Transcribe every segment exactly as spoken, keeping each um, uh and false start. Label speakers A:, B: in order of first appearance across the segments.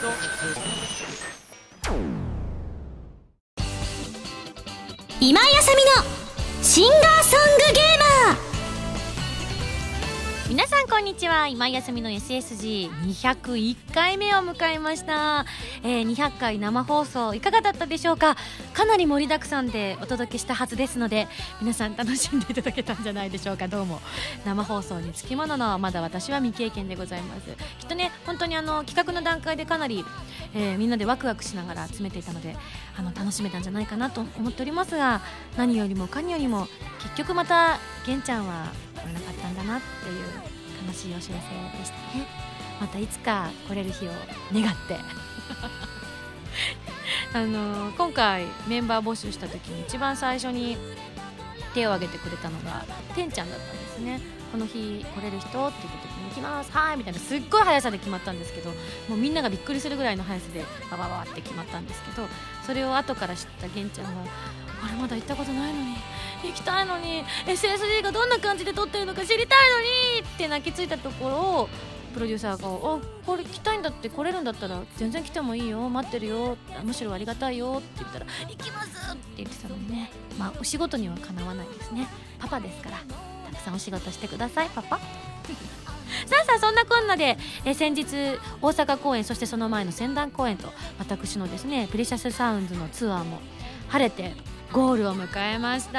A: と
B: 今井あさみのシンガーソングゲーマー。
A: 皆さんこんにちは。今井あさみの エスエスジーにひゃくいっかいめを迎えました、えー、にひゃっかい生放送いかがだったでしょうか。かなり盛りだくさんでお届けしたはずですので、皆さん楽しんでいただけたんじゃないでしょうか。どうも生放送につきもののまだ私は未経験でございます。きっとね、本当にあの企画の段階でかなり、えー、みんなでワクワクしながら集めていたので、あの楽しめたんじゃないかなと思っておりますが、何よりもかによりも結局また玄ちゃんは来れなかったんだなっていう悲しいお知らせでしたね。またいつか来れる日を願ってあの今回メンバー募集した時に一番最初に手を挙げてくれたのがてんちゃんだったんですね。この日来れる人って言った時に行きますはいみたいなすっごい速さで決まったんですけど、もうみんながびっくりするぐらいの速さでババババって決まったんですけど、それを後から知った玄ちゃんはあれまだ行ったことないのに行きたいのに エスエスジー がどんな感じで撮ってるのか知りたいのにって泣きついたところをプロデューサーがあこれ来たいんだって来れるんだったら全然来てもいいよ待ってるよむしろありがたいよって言ったら行きますって言ってたのにね、まあお仕事にはかなわないですね。パパですからたくさんお仕事してくださいパパさあさあそんなこんなでえ先日大阪公演そしてその前の仙台公演と私のですねプレシャスサウンズのツアーも晴れてゴールを迎えました。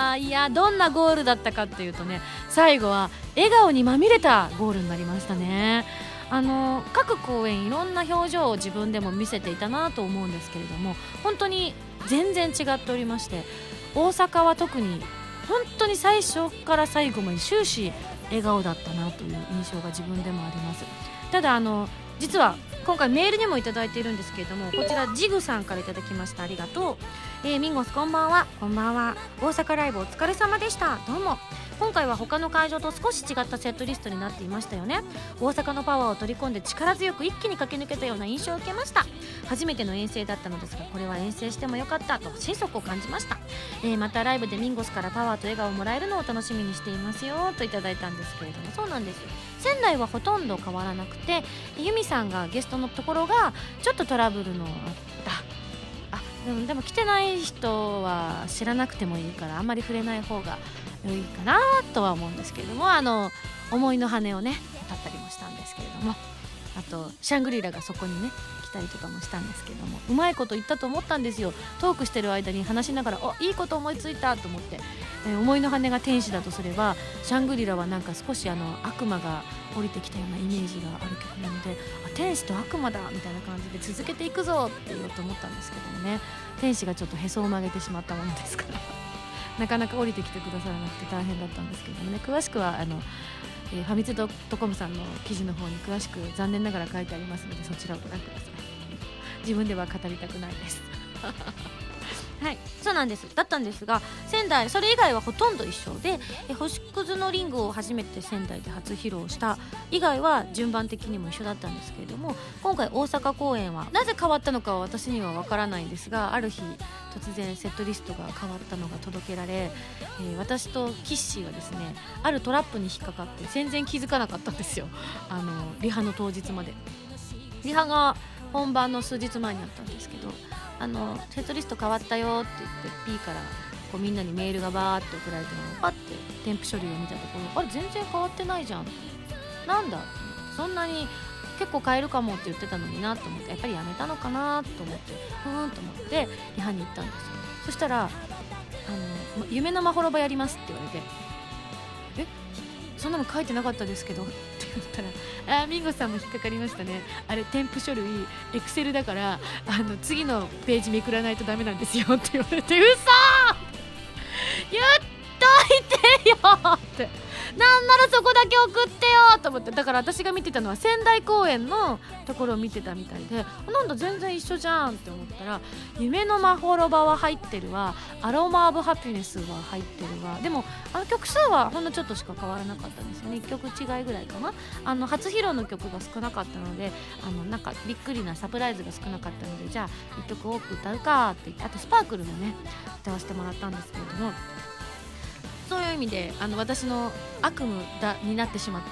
A: いやどんなゴールだったかっていうとね、最後は笑顔にまみれたゴールになりましたね。あの各公演いろんな表情を自分でも見せていたなと思うんですけれども、本当に全然違っておりまして、大阪は特に本当に最初から最後まで終始笑顔だったなという印象が自分でもあります。ただあの実は今回メールにもいただいているんですけれども、こちらジグさんからいただきました。ありがとう、えー、ミンゴスこんばんは。こんばんは。大阪ライブお疲れ様でした。どうも。今回は他の会場と少し違ったセットリストになっていましたよね。大阪のパワーを取り込んで力強く一気に駆け抜けたような印象を受けました。初めての遠征だったのですが、これは遠征してもよかったと心底を感じました。えー、またライブでミンゴスからパワーと笑顔をもらえるのを楽しみにしていますよといただいたんですけれども、そうなんです。仙台はほとんど変わらなくて、ユミさんがゲストのところがちょっとトラブルのあったあ、うん、でも来てない人は知らなくてもいいからあんまり触れない方がいいかなとは思うんですけれども、あの思いの羽をね立ったりもしたんですけれども、あとシャングリラがそこにね来たりとかもしたんですけれども、うまいこと言ったと思ったんですよ。トークしてる間に話しながらおいいこと思いついたと思って、えー、思いの羽が天使だとすればシャングリラはなんか少しあの悪魔が降りてきたようなイメージがある曲なので、あ天使と悪魔だみたいな感じで続けていくぞって言おうと思ったんですけどもね、天使がちょっとへそを曲げてしまったものですからなかなか降りてきてくださらなくて大変だったんですけどもね、詳しくはあの、えー、ファミツドットコムさんの記事の方に詳しく残念ながら書いてありますので、そちらをご覧ください。自分では語りたくないですはい、そうなんです。だったんですが、仙台それ以外はほとんど一緒で、え星屑のリングを初めて仙台で初披露した以外は順番的にも一緒だったんですけれども、今回大阪公演はなぜ変わったのかは私にはわからないんですが、ある日突然セットリストが変わったのが届けられ、えー、私とキッシーがですねあるトラップに引っかかって全然気づかなかったんですよ。あのリハの当日まで。リハが本番の数日前にあったんですけど、あのセットリスト変わったよって言って P からこうみんなにメールがバーって送られてのをパッて添付書類を見たところ、あれ全然変わってないじゃん、なんだそんなに結構変えるかもって言ってたのになと思って、やっぱりやめたのかなと思ってふーんと思ってリハに行ったんですよ。そしたらあの夢のまほろばやりますって言われて、えそんなの書いてなかったですけどって言ったら、あミンゴさんも引っかかりましたね、あれ添付書類エクセルだからあの次のページめくらないとダメなんですよって言われて、うそ言っといてよってなんならそこだけ送ってよと思って、だから私が見てたのは仙台公演のところを見てたみたいで、なんだ全然一緒じゃんって思ったら、夢のまほろばは入ってるわ、アロマオブハピネスは入ってるわ、でもあの曲数はほんのちょっとしか変わらなかったんですよね。いっきょく違いぐらいかな。あの初披露の曲が少なかったので、あのなんかびっくりなサプライズが少なかったので、じゃあいっきょく多く歌うかって言って、あとスパークルもね歌わせてもらったんですけれども、そういう意味であの私の悪夢だになってしまった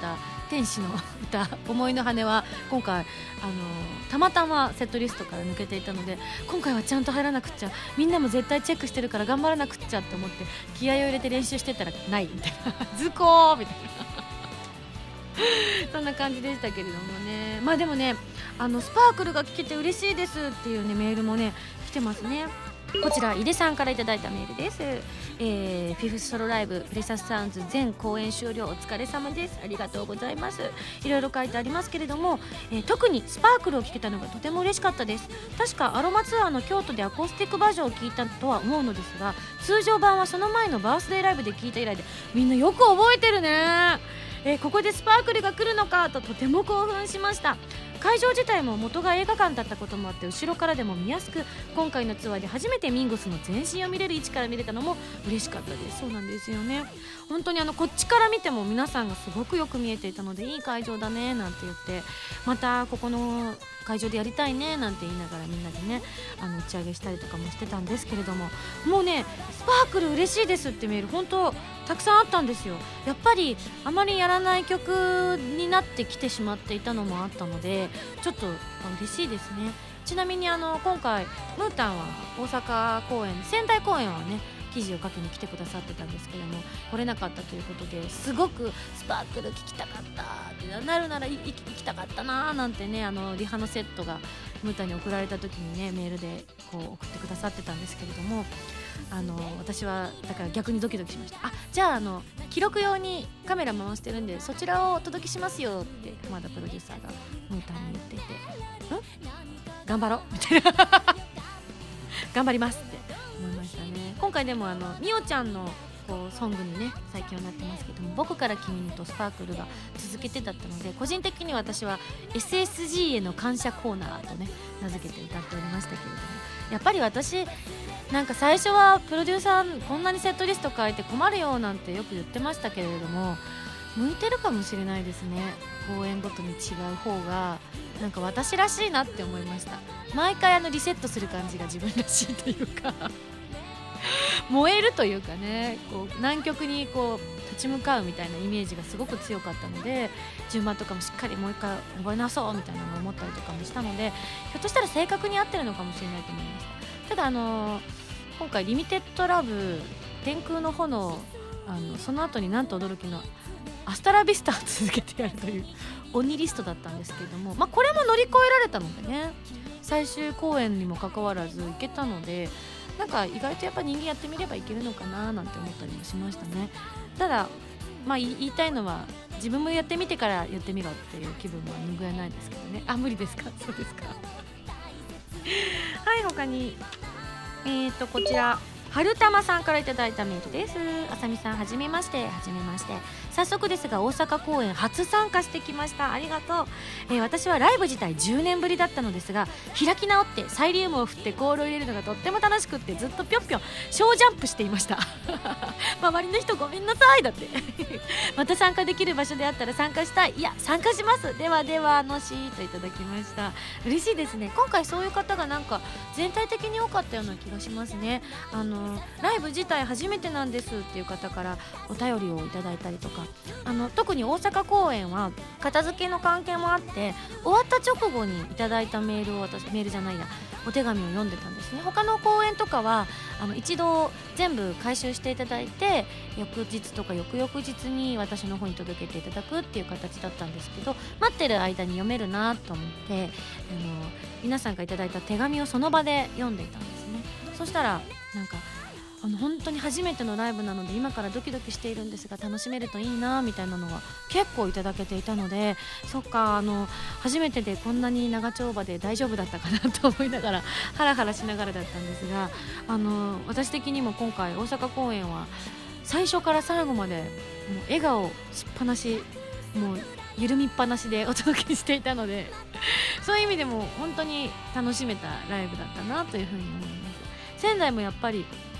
A: 天使の歌思いの羽は今回あのたまたまセットリストから抜けていたので、今回はちゃんと入らなくっちゃ、みんなも絶対チェックしてるから頑張らなくっちゃって思って気合を入れて練習してたらないみたいな図工みたいなそんな感じでしたけれどもね。まあでもね、あのスパークルが聞けて嬉しいですっていうねメールもね来てますね。こちら井出さんからいただいたメールです。えー、フィフスソロライブプレサスサウンズ全公演終了お疲れ様です。ありがとうございます。いろいろ書いてありますけれども、えー、特にスパークルを聴けたのがとても嬉しかったです。確かアロマツアーの京都でアコースティックバージョンを聴いたとは思うのですが、通常版はその前のバースデーライブで聴いた以来で、みんなよく覚えてるね。えー、ここでスパークルが来るのかととても興奮しました。会場自体も元が映画館だったこともあって後ろからでも見やすく、今回のツアーで初めてミンゴスの全身を見れる位置から見れたのも嬉しかったです。そうなんですよね、本当にあのこっちから見ても皆さんがすごくよく見えていたので、いい会場だねなんて言って、またここの会場でやりたいねなんて言いながらみんなでねあの打ち上げしたりとかもしてたんですけれども、もうねスパークル嬉しいですってメール本当たくさんあったんですよ。やっぱりあまりやらない曲になってきてしまっていたのもあったので、ちょっと嬉しいですね。ちなみにあの今回ムータンは大阪公演、仙台公演はね記事を書きに来てくださってたんですけども来れなかったということで、すごくスパークル聴きたかったってなるなら行きたかったなーなんてね、あのリハのセットがムータンに送られた時にねメールでこう送ってくださってたんですけれども、あの私はだから逆にドキドキしました。あ、じゃあ、あの記録用にカメラ回してるんでそちらをお届けしますよって浜田プロデューサーがムータンに言っていて、ん頑張ろうみたいな頑張りますって思いましたね。今回でもあのみおちゃんのこうソングにね最近はなってますけども、僕から君にとスパークルが続けてだったので、個人的に私は エスエスジー への感謝コーナーとね名付けて歌っておりましたけれども、やっぱり私なんか最初はプロデューサーこんなにセットリスト書いて困るよなんてよく言ってましたけれども、向いてるかもしれないですね。公演ごとに違う方がなんか私らしいなって思いました。毎回あのリセットする感じが自分らしいというか燃えるというかね、こう南極にこう立ち向かうみたいなイメージがすごく強かったので、順番とかもしっかりもう一回覚えなそうみたいなのを思ったりとかもしたので、ひょっとしたら正確に合ってるのかもしれないと思いました。ただあのー、今回リミテッドラブ天空の炎、あのその後になんと驚きのアスタラビスタを続けてやるという鬼リストだったんですけれども、まあ、これも乗り越えられたのでね、最終公演にもかかわらず行けたので、なんか意外とやっぱ人間やってみればいけるのかななんて思ったりもしましたね。ただ、まあ、言いたいのは自分もやってみてからやってみろっていう気分は拭えないですけどね。あ、無理ですか。そうですかはい、他にえーとこちら春玉さんからいただいたメールです。あさみさん、はじめまして。はじめまして。早速ですが大阪公演初参加してきました。ありがとう。えー、私はライブ自体じゅうねんぶりだったのですが、開き直ってサイリウムを振ってコールを入れるのがとっても楽しくって、ずっとぴょんぴょん小ジャンプしていました周りの人ごめんなさいだってまた参加できる場所であったら参加したい。いや参加します。ではではのしーといただきました。嬉しいですね。今回そういう方がなんか全体的に多かったような気がしますね。あのライブ自体初めてなんですっていう方からお便りをいただいたりとか、あの特に大阪公演は片付けの関係もあって終わった直後にいただいたメールを私メールじゃないやお手紙を読んでたんですね。他の公演とかはあの一度全部回収していただいて翌日とか翌々日に私の方に届けていただくっていう形だったんですけど、待ってる間に読めるなと思ってあの皆さんがいただいた手紙をその場で読んでいたんですね。そしたらなんかあの本当に初めてのライブなので今からドキドキしているんですが楽しめるといいなみたいなのが結構いただけていたので、そっかあの初めてでこんなに長丁場で大丈夫だったかなと思いながらハラハラしながらだったんですが、あの私的にも今回大阪公演は最初から最後までもう笑顔しっぱなし、もう緩みっぱなしでお届けしていたのでそういう意味でも本当に楽しめたライブだったなというふうに思います。仙台もやっぱり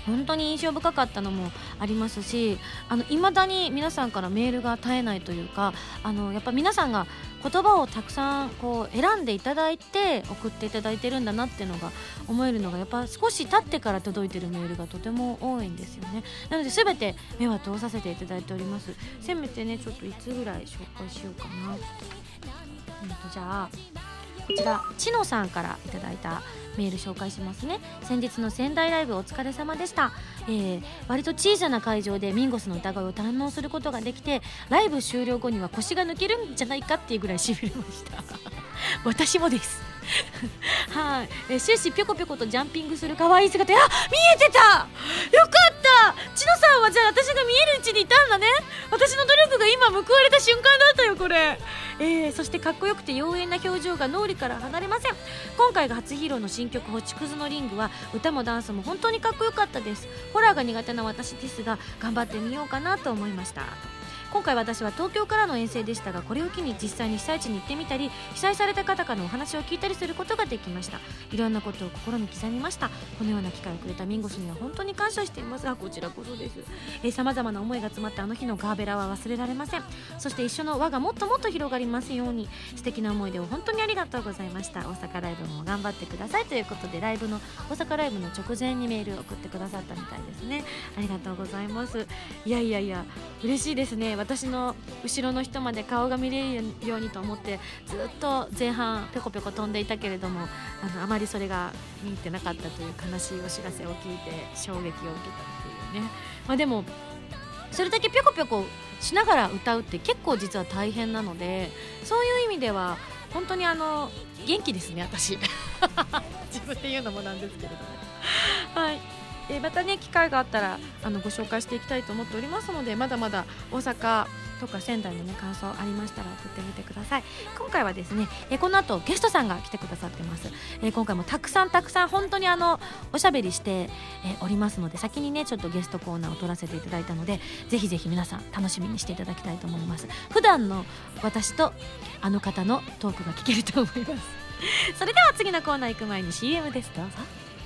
A: 本当に印象深かったのもありますし、あの未だに皆さんからメールが絶えないというか、あのやっぱ皆さんが言葉をたくさんこう選んでいただいて送っていただいてるんだなっていうのが思えるのが、やっぱ少し経ってから届いてるメールがとても多いんですよね。なので全て目は通させていただいております。せめてねちょっといつぐらい紹介しようかな。うんとじゃあこちらちのさんからいただいたメール紹介しますね。先日の仙台ライブお疲れ様でした、えー、割と小さな会場でミンゴスの歌声を堪能することができて、ライブ終了後には腰が抜けるんじゃないかっていうぐらいしびれました私もですはい、えー、終始ぴょこぴょことジャンピングする可愛い姿、あ、見えてた、よかったちのさんはじゃあ私が見える位置にいたんだね。私の努力が今報われた瞬間だったよこれ、えー、そしてかっこよくて妖艶な表情が脳裏から離れません。今回が初披露の新曲星屑のリングは歌もダンスも本当にかっこよかったです。ホラーが苦手な私ですが頑張ってみようかなと思いました。今回私は東京からの遠征でしたが、これを機に実際に被災地に行ってみたり、被災された方からのお話を聞いたりすることができました。いろんなことを心に刻みました。このような機会をくれたミンゴスには本当に感謝しています。あ、こちらこそです。えー、様々な思いが詰まったあの日のガーベラは忘れられません。そして一緒の輪がもっともっと広がりますように。素敵な思い出を本当にありがとうございました。大阪ライブも頑張ってくださいということで、ライブの大阪ライブの直前にメールを送ってくださったみたいですね。ありがとうございます。いやいやいや嬉しいですね。私の後ろの人まで顔が見れるようにと思ってずっと前半ぴょこぴょこ飛んでいたけれども、あのあまりそれが見えてなかったという悲しいお知らせを聞いて衝撃を受けたっていうね。まあ、でもそれだけぴょこぴょこしながら歌うって結構実は大変なので、そういう意味では本当にあの元気ですね私自分で言うのもなんですけれどもはい、えー、またね機会があったらあのご紹介していきたいと思っておりますので、まだまだ大阪とか仙台の、ね、感想ありましたら送ってみてください。今回はですね、えー、この後ゲストさんが来てくださってます、えー、今回もたくさんたくさん本当にあのおしゃべりして、えー、おりますので、先にねちょっとゲストコーナーを取らせていただいたので、ぜひぜひ皆さん楽しみにしていただきたいと思います。普段の私とあの方のトークが聞けると思いますそれでは次のコーナー行く前に シーエム です。どうぞ。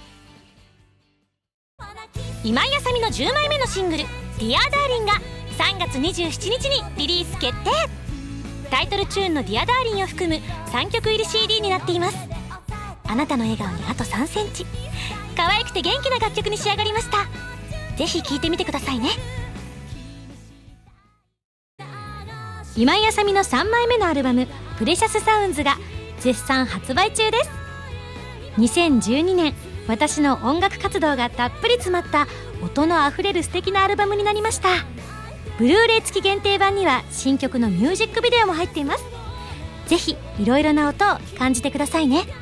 B: 今井あさみのじゅうまいめのシングル「ディアダーリンがさんがつにじゅうしちにちにリリース決定。タイトルチューンのディアダーリンを含むさんきょく入り シーディー になっています。あなたの笑顔にあとさんセンチ、可愛くて元気な楽曲に仕上がりました。ぜひ聴いてみてくださいね。今井あさみのさんまいめのアルバム「プレシャスサウンズが絶賛発売中です。にせんじゅうにねん私の音楽活動がたっぷり詰まった音のあふれる素敵なアルバムになりました。ブルーレイ付き限定版には新曲のミュージックビデオも入っています。ぜひいろいろな音を感じてくださいね。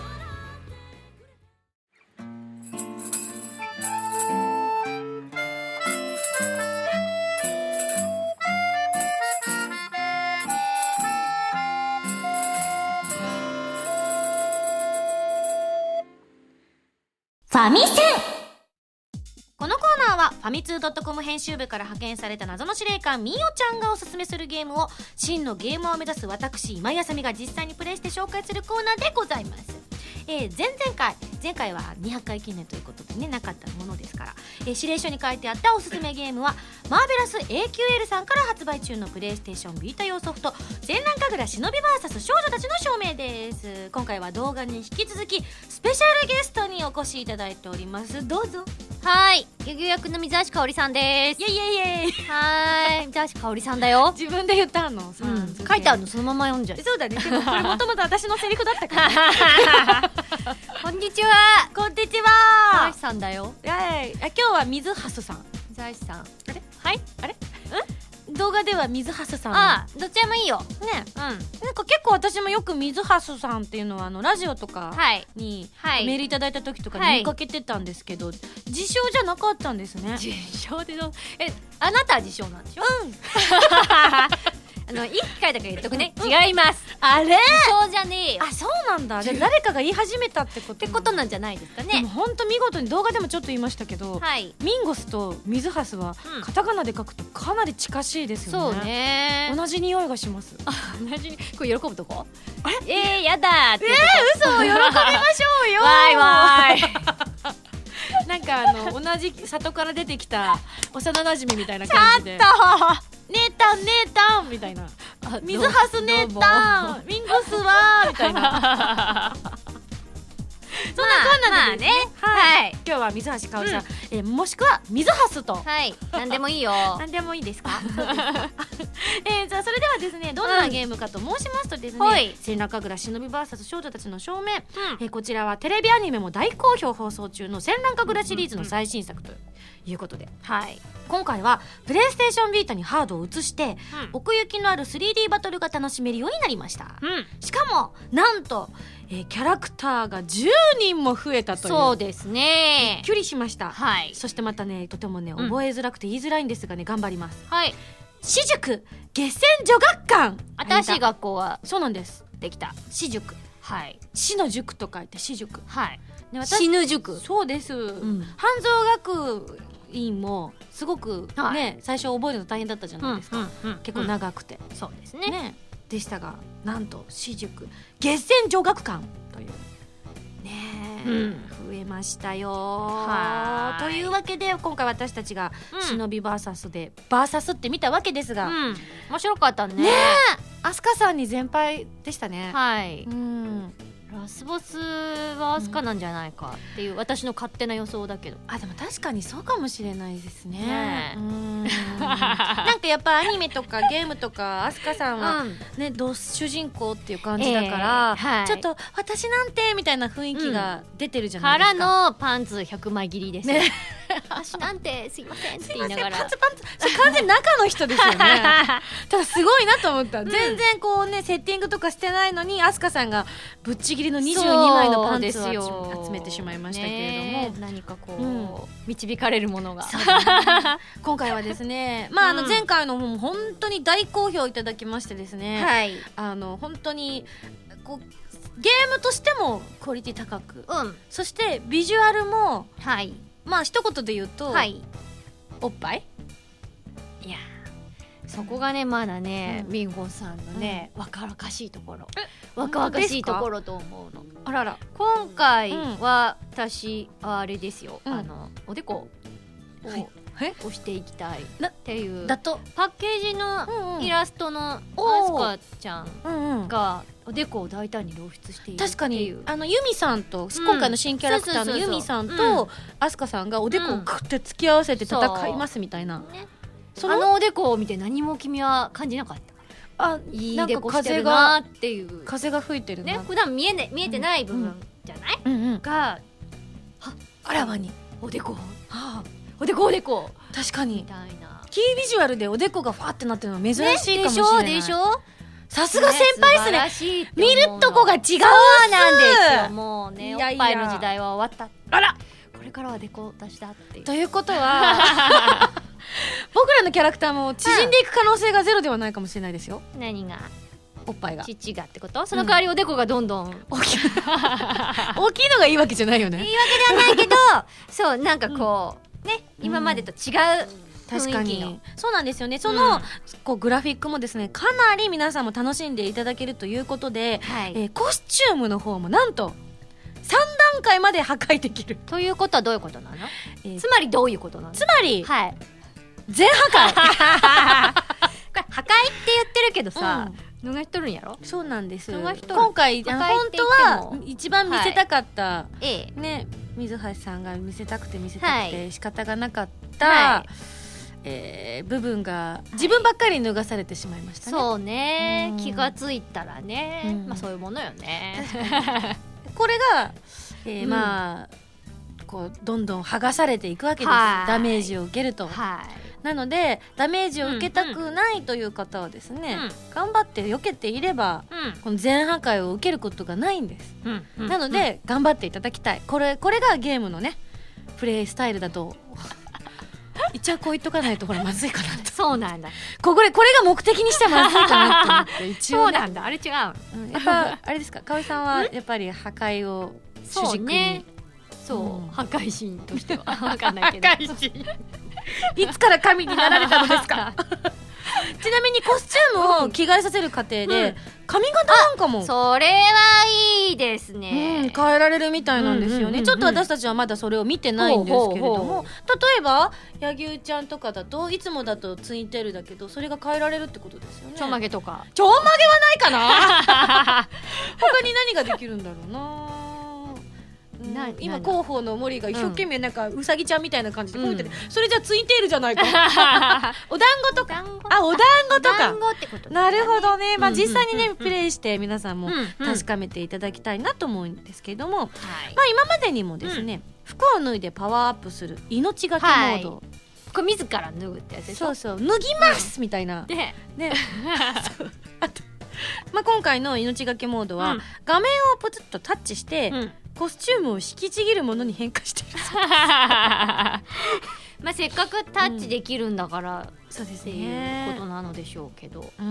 B: ファミセン。
A: このコーナーはファミツー .com 編集部から派遣された謎の司令官みおちゃんがおすすめするゲームを真のゲーマーを目指す私今井あさみが実際にプレイして紹介するコーナーでございます。えー、前々回前回はにひゃっかい記念ということでねなかったものですから、えー、指令書に書いてあったおすすめゲームはマーベラス エーキューエル さんから発売中のプレイステーションビータ用ソフト全乱神楽忍び ブイエス 少女たちの証明です。今回は動画に引き続きスペシャルゲストにお越しいただいております。どうぞ。
C: はい、漁業役の水橋かおりさんです。
A: イエイイエイイエイ。
C: はい、水橋かおりさんだよ。
A: 自分で言ったの、
C: うん、書いてあるのそのまま読んじゃう。
A: そうだね。でもこれもともと私のセリフだったから
C: こんにちは。
A: こんにちは。
C: 水橋さんだよ。
A: はい。あ、今日は水橋さん。
C: 水橋さん。あれ？
A: はい。あれ？ん？動画では水橋さん。
C: ああ、どっちでもいいよ。
A: ね。うん。なんか結構私もよく水橋さんっていうのはあのラジオとかに、はい、メールいただいた時とかに見かけてたんですけど、はい、自称じゃなかったんですね。
C: 自称でのえ、あなたは自称なんでしょ？うん。あのいい機会だから言っとくね。違います。
A: あれ？
C: 自称じゃねえよ。
A: あ、そうなんだ。じゃあ誰かが言い始めたってこと
C: ってことなんじゃないですかね。
A: でも本当見事に動画でもちょっと言いましたけど、はい、ミンゴスと水橋はカタカナで書くとかなり近しいですよね。
C: そうね。
A: 同じ匂いがします。
C: あ、同じにこれ喜ぶとこ？
A: あれ？
C: えー、やだーって。
A: えー、嘘を喜びましょうよ。
C: わーいわーい。
A: なんかあの同じ里から出てきた幼馴染みたいな感じで
C: ちょっ
A: 姉たん姉たんみたいな水はす姉たんミンゴスはみたいなそんなこんなでですね、
C: まあね、
A: はい、
C: はい、
A: 今日は水橋かおりさん、うん、えー、もしくは水はすと、
C: はい、何でもいいよ
A: 何でもいいですかえー、じゃあそれではですね、どんなゲームかと申しますとですね、
C: はい、
A: 千羅神楽忍び ブイエス 少女たちの正面、
C: うん、
A: えー、こちらはテレビアニメも大好評放送中の千羅神楽シリーズの最新作ということで、うんうん、はい、今回はプレイステーションビータにハードを移して、うん、奥行きのある スリーディー バトルが楽しめるようになりました、うん、しかもなんと、えー、キャラクターがじゅうにんも増えたという。
C: そうですね、
A: びっくりしました、
C: はい、
A: そしてまたね、とてもね覚えづらくて言いづらいんですがね、頑張ります。
C: はい、
A: 私塾下船女学館、
C: 新しい学校は
A: そうなんです、
C: できた。
A: 私塾、
C: はい、
A: 死の塾と書いて私塾、
C: はい、
A: ね、
C: 死ぬ塾、
A: そうです、うん、半蔵学院もすごくね、はい、最初覚えるの大変だったじゃないですか、うんうんうん、結構長くて、
C: うん、そうですね、
A: ねでしたが、なんと私塾下船女学館というねえ、うん、増えましたよ。はというわけで今回私たちが忍び ブイエス で ブイエス って見たわけですが、うん、
C: 面白かったね。
A: ねえ、アスカさんに全敗でしたね。
C: はい、
A: うん、
C: ラスボスはアスカなんじゃないかっていう、うん、私の勝手な予想だけど、
A: あ、でも確かにそうかもしれないですね。ね
C: う
A: んなんかやっぱアニメとかゲームとかアスカさんは、ね、ど主人公っていう感じだから、えーはい、ちょっと私なんてみたいな雰囲気が出てるじゃないですか、うん、
C: からのパンツひゃくまい切りです、ね、私なんてすいませんって言いながら、
A: パンツパンツ、それ完全に中の人ですよねただすごいなと思った、うん、全然こうねセッティングとかしてないのにアスカさんがぶっちぎりのにじゅうにまいのパンツを集めてしまいましたけれども、
C: ね、何かこう、うん、導かれるものが
A: 今回はですね、まあ、あの前回の方も本当に大好評いただきましてですね、
C: はい、
A: あの本当にこうゲームとしてもクオリティ高く、
C: うん、
A: そしてビジュアルも、
C: はい、
A: まあ一言で言うと、
C: はい、
A: おっぱい、
C: いやそこがねまだね、うん、ミンゴさんのね、うん、若々しいところ、若々しいところと思うの。
A: あらら、
C: 今回は私、うん、あれですよ、うん、あのおでこを、はい、押していきたいっていう
A: だと
C: パッケージのイラストのアスカちゃんがおでこを大胆に露出しているっていう。
A: 確かにあのユミさんと、うん、今回の新キャラクターのユミさんとアスカさんがおでこをクッて突き合わせて戦いますみたいな、
C: ね、そのあのおでこを見て何も君は感じなかった。あ、いいでこしてるなっていう、
A: 風が吹いてるな、
C: ね、普段見えね見えてない部分じゃない、うんうん、が
A: はあらわに
C: おでこ、はあ、おでこおでこ
A: 確かに
C: みたいな
A: キービジュアルでおでこがファーってなってるのは珍しいかもしれない、
C: ね、でしょでしょ。
A: さすが先輩っすね、ね、見るとこが違う。そう
C: なんですよ。もうね、おっぱいの時代は終わった。
A: あら、
C: これからはデコ出しだっていう。
A: ということは僕らのキャラクターも縮んでいく可能性がゼロではないかもしれないですよ。
C: 何が？
A: おっぱいが
C: 父がってこと？その代わりおでこがどんどん、うん、
A: 大きい大きいのがいいわけじゃないよね。
C: いいわけではないけどそうなんかこう、うん、ね、今までと違う、うん、
A: 確かにそうなんですよね。その、うん、こうグラフィックもですねかなり皆さんも楽しんでいただけるということで、はい、えー、コスチュームの方もなんとさんだんかいまで破壊できる
C: ということはどういうことなの？えー、つまりどういうことなの？
A: つまり、
C: はい、
A: 全破壊これ
C: 破壊って言ってるけどさ、うん、逃しとるんやろ？そうなんです。
A: 今回本当は一番見せたかった、はい、ね、水橋さんが見せたくて見せたくて仕方がなかった、はい、えー、部分が自分ばっかり脱がされてしまいましたね。
C: そうね、うん、気がついたらね、うん、まあそういうものよね。
A: これが、えーうん、まあこうどんどん剥がされていくわけです。ダメージを受けると。はい、なのでダメージを受けたくないという方はですね、うんうん、頑張って避けていれば、うん、この全破壊を受けることがないんです、うんうん、なので、うん、頑張っていただきたい。これ、これがゲームのねプレイスタイルだと一応こう言っとかないとほらまずいかなと。
C: そうなんだ、
A: これこれが目的にしてはまずいかなと思って一応、ね、
C: そうなんだ、あれ違う、
A: うん、やっぱあれですか、かおりさんはやっぱり破壊を主軸に。そうね、
C: そう、うん、破壊神としては分かんないけど
A: 破壊神いつから神になられたのですか？ ちなみにコスチュームを着替えさせる過程で、うん、髪型なんかも
C: それはいいですね、
A: うん、変えられるみたいなんですよね、うんうんうんうん、ちょっと私たちはまだそれを見てないんですけれども、ほうほうほう、例えば柳生ちゃんとかだといつもだとツインテールだけどそれが変えられるってことですよね。
C: ちょんまげとか
A: ちょんまげはないかな他に何ができるんだろうな。な今広報の森が一生懸命なんかうさぎちゃんみたいな感じでこう言ってて、うん、それじゃツインテールじゃないかお団子とかあお団子とか
C: ってこと、ね、
A: なるほどね、まあ、実際にね、うんうんうん、プレイして皆さんも確かめていただきたいなと思うんですけども、うんうん、まあ、今までにもですね、うん、服を脱いでパワーアップする命がけモード、はい、
C: これ自ら脱ぐってやつでしょ。
A: そうそう脱ぎます、うん、みたいなで、ね、あと、まあ、今回の命がけモードは、うん、画面をポツッとタッチして、うん、コスチュームを引きちぎるものに変化している
C: まあせっかくタッチできるんだから、うん、
A: そうですね、
C: っていうことなのでしょうけど、
A: うん、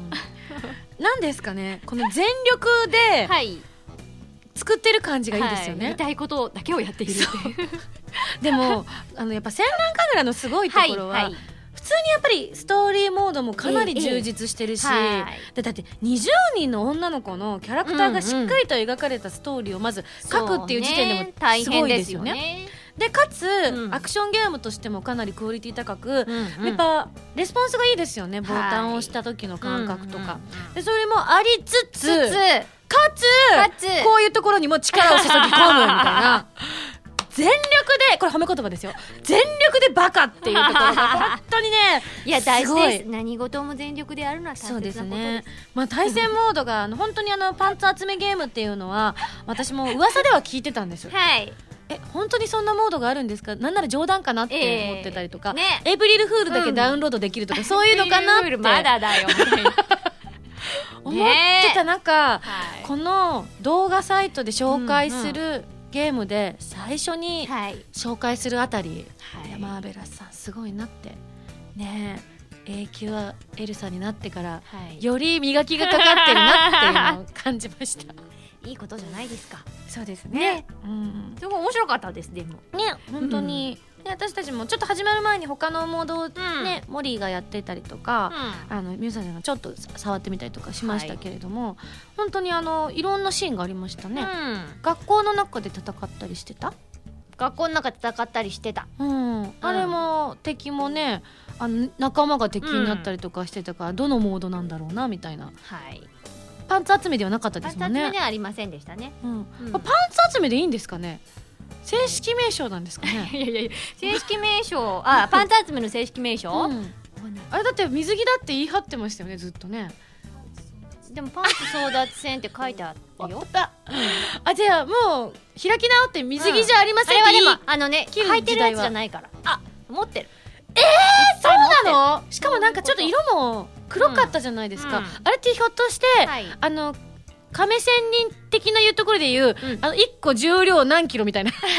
A: なんですかね、この全力で作ってる感じがいいですよね、
C: はい、やりたいことだけをやっているっていう
A: でもあのやっぱ戦乱神楽のすごいところは、はいはい、普通にやっぱりストーリーモードもかなり充実してるし、ええはい、でだってにじゅうにんの女の子のキャラクターがしっかりと描かれたストーリーをまず書くっていう時点でもすごいですよね。そうね、大変ですよね。でかつ、うん、アクションゲームとしてもかなりクオリティ高く、うんうん、やっぱレスポンスがいいですよね、ボタンを押した時の感覚とか、はい、でそれもありつつ、つつかつかつこういうところにも力を注ぎ込むみたいな全力で、これ褒め言葉ですよ、全力でバカっていうところが本当にね
C: いや大事です。何事も全力でやるのは大切なことです。そうですね、
A: まあ、対戦モードがあの本当にあのパンツ集めゲームっていうのは私も噂では聞いてたんですよ。
C: はい
A: え本当にそんなモードがあるんですか、なんなら冗談かなって思ってたりとか、
C: えーね、
A: エイプリルフールだけダウンロードできるとか、うん、そういうのかなって
C: まだだよみたいな
A: 思ってた中、はい、この動画サイトで紹介する、うんうん、ゲームで最初に紹介するあたり、はい、山辺さんすごいなってねえ、永久はエルサになってから、はい、より磨きがかかってるなっていうのを感じました
C: いいことじゃないですか。
A: そうですね、
C: ね、うん、すごい面白かったです。でも
A: ね本当に、うん、で私たちもちょっと始まる前に他のモードをね、うん、モリーがやってたりとか、うん、あのミュウさんがちょっと触ってみたりとかしましたけれども、はい、本当にあのいろんなシーンがありましたね、うん、学校の中で戦ったりしてた
C: 学校の中で戦ったりしてた、
A: うん、あれも敵もねあの仲間が敵になったりとかしてたから、うん、どのモードなんだろうなみたいな、
C: はい、
A: パンツ集めではなかったですもんね。
C: パンツ集めではありませんでしたね、
A: うんうん、パンツ集めでいいんですかね、正式名称なんですかね
C: いやいやいや正式名称あパンツ集めの正式名称、うん、
A: あれだって水着だって言い張ってましたよねずっとね。
C: でもパンツ争奪戦って書いてあったよあ、
A: うん、あじゃあもう開き直って水着じゃありません、うん、
C: あれはでもあのね履いてるやつじゃないからあ持ってる
A: えー、そうなの。しかもなんかちょっと色も黒かったじゃないですか、うんうん、あれってひょっとして、はい、あの亀仙人的ないうところでいう、うん、あのいっこ重量何キロみたいないっこ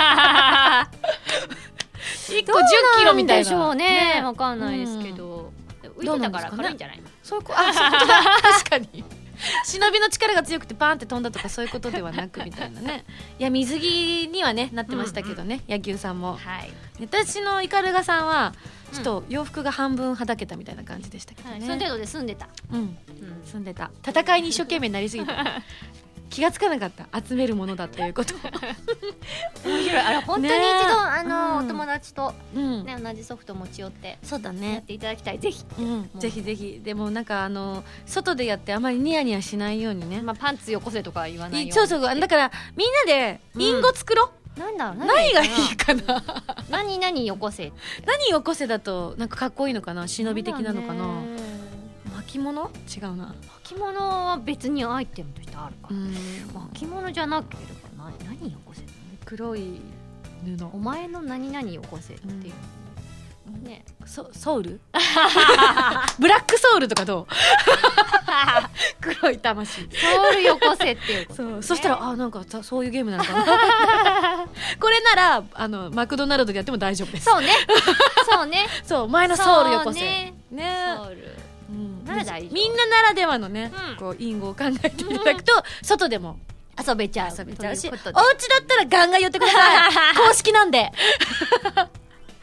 A: じゅっキロみたいな。
C: そうなんでしょうね、わかんないですけど、うん、浮いてたから軽いんじゃないの。
A: そういうこあそういうことだ確かに忍びの力が強くてパーンって飛んだとかそういうことではなくみたいなねいや水着にはねなってましたけどね、うんうん、野球さんも、はい、私のイカルガさんはちょっと洋服が半分はだけたみたいな感じでしたけどね、はい、
C: その程度で済んでた、
A: うんうん、済んでた。戦いに一生懸命になりすぎて気がつかなかった集めるものだっていうこと
C: 面白い。あれ本当に一度、ね、あの、うん、お友達と、ね、同じソフト持ち寄って
A: そうだね
C: やっていただきたい。ぜひ、
A: うん、ぜひぜひ。でもなんかあの外でやってあまりニヤニヤしないようにね、
C: まあ、パンツよこせとか言わないように。
A: そうそうだからみんなでリンゴ作ろう、
C: うん、なんだろう
A: 何がいいかな
C: 何何よこせ
A: 何よこせだとなんかかっこいいのかな、忍び的なのかな。巻物違うな。
C: 巻物は別にアイテムとしてあるから、巻物じゃなければな何よこせ、
A: 黒い布、
C: お前の何々よこせっていう、うん、ね、
A: ソ, ソウルブラックソウルとかどう黒い魂
C: ソウルよこせっていうこと、ね、
A: そうそしたらあなんかそういうゲームなのかなこれならあのマクドナルドでやっても大丈夫です。
C: そうねそうね
A: そう前のソウルよこせ
C: ね
A: ね
C: ソウル、
A: うん、
C: なら大丈夫。
A: みんなならではのね、うん、こう隠語を考えていただくと、うん、外でも
C: 遊べちゃう
A: 遊べちゃうし、お家だったらガンガン寄ってください公式なんで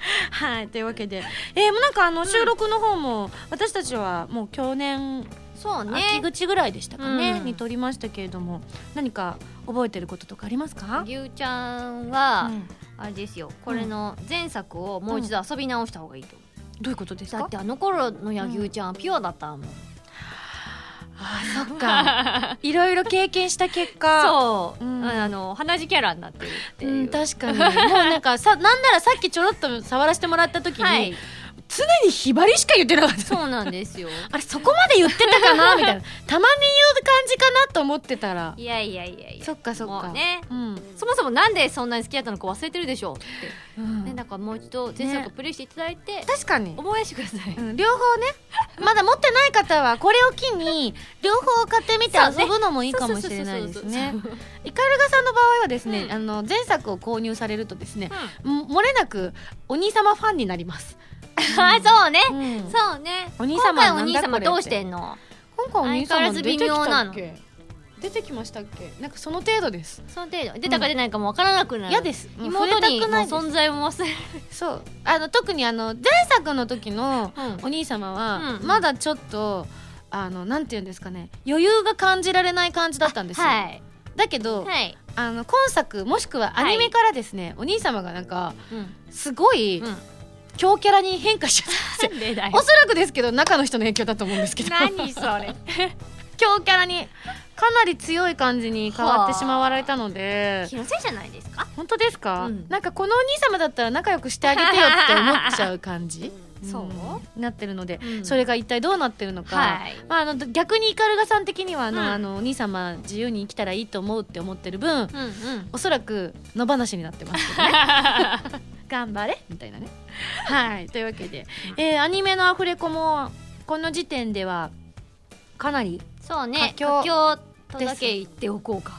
A: はい、というわけで、えー、もうなんかあの収録の方も私たちはもう去年
C: そうね
A: 秋口ぐらいでしたかね、
C: うん
A: に撮りましたけれども、何か覚えてることとかありますか？
C: ぎゅうちゃんは、
A: うん
C: あれですよ、これの前作をもう一度遊び直した方がいいと思う、
A: どういうことですか？
C: だってあの頃の柳生ちゃんはピュアだったもん、
A: あーそっかいろいろ経験した結果
C: そう、
A: うん
C: あの鼻血キャラになってるっていう、
A: うん、確かにもうなんかさ、なんならさっきちょろっと触らせてもらった時に、
C: はい、
A: 常にひばりしか言ってなかった
C: そうなんですよ
A: あれそこまで言ってたかなみたいなたまに言う感じかなと思ってたら
C: いやいやいやいや、
A: そっかそっか
C: もうね、
A: うん
C: そもそもなんでそんなに好きだったのか忘れてるでしょうって、
A: うん
C: ね、だからもう一度前作プレイしていただいて、
A: 確かに、
C: 思い出してください、
A: うん、両方ねまだ持ってない方はこれを機に両方買ってみて遊ぶのもいいかもしれないですね。イカルガさんの場合はですね、
C: うん、
A: あの前作を購入されるとですね、うん、漏れなくお兄様ファンになります。
C: あ、そうね、
A: うん、
C: そうね。
A: お兄様
C: 今回お兄様どうしてんの？
A: 今回お兄様出てき
C: 相変わらず微妙なの
A: たっけ？出てきましたっけ？なんかその程度です。
C: その程度出たか出ないかもわからなくなる。
A: 嫌です。
C: 妹にもう存在も忘れる。
A: そう、あの特にあの前作の時のお兄様は、
C: うん、
A: まだちょっとあのなんていうんですかね、余裕が感じられない感じだったんですよ。
C: はい、
A: だけど、はい、あの今作もしくはアニメからですね、はい、お兄様がなんか、うん、すごい、うん、強キャラに変化しちゃったんですよ。おそらくですけど中の人の影響だと思うんですけど
C: 何それ
A: 強キャラにかなり強い感じに変わってしまわれたので、
C: 気のせいじゃないですか？
A: 本当ですか、うん、なんかこのお兄様だったら仲良くしてあげてよって思っちゃう感じ
C: そう、
A: うん、なってるので、うん、それが一体どうなってるのか、
C: はい、
A: まあ、あの逆にイカルガさん的にはあの、
C: うん、
A: あのお兄様自由に生きたらいいと思うって思ってる分、うんうん、おそらく野放しになってますけどね頑張れみたいなねはい、というわけで、えー、アニメのアフレコもこの時点ではかなり
C: そうね、佳境とだけ言っておこうか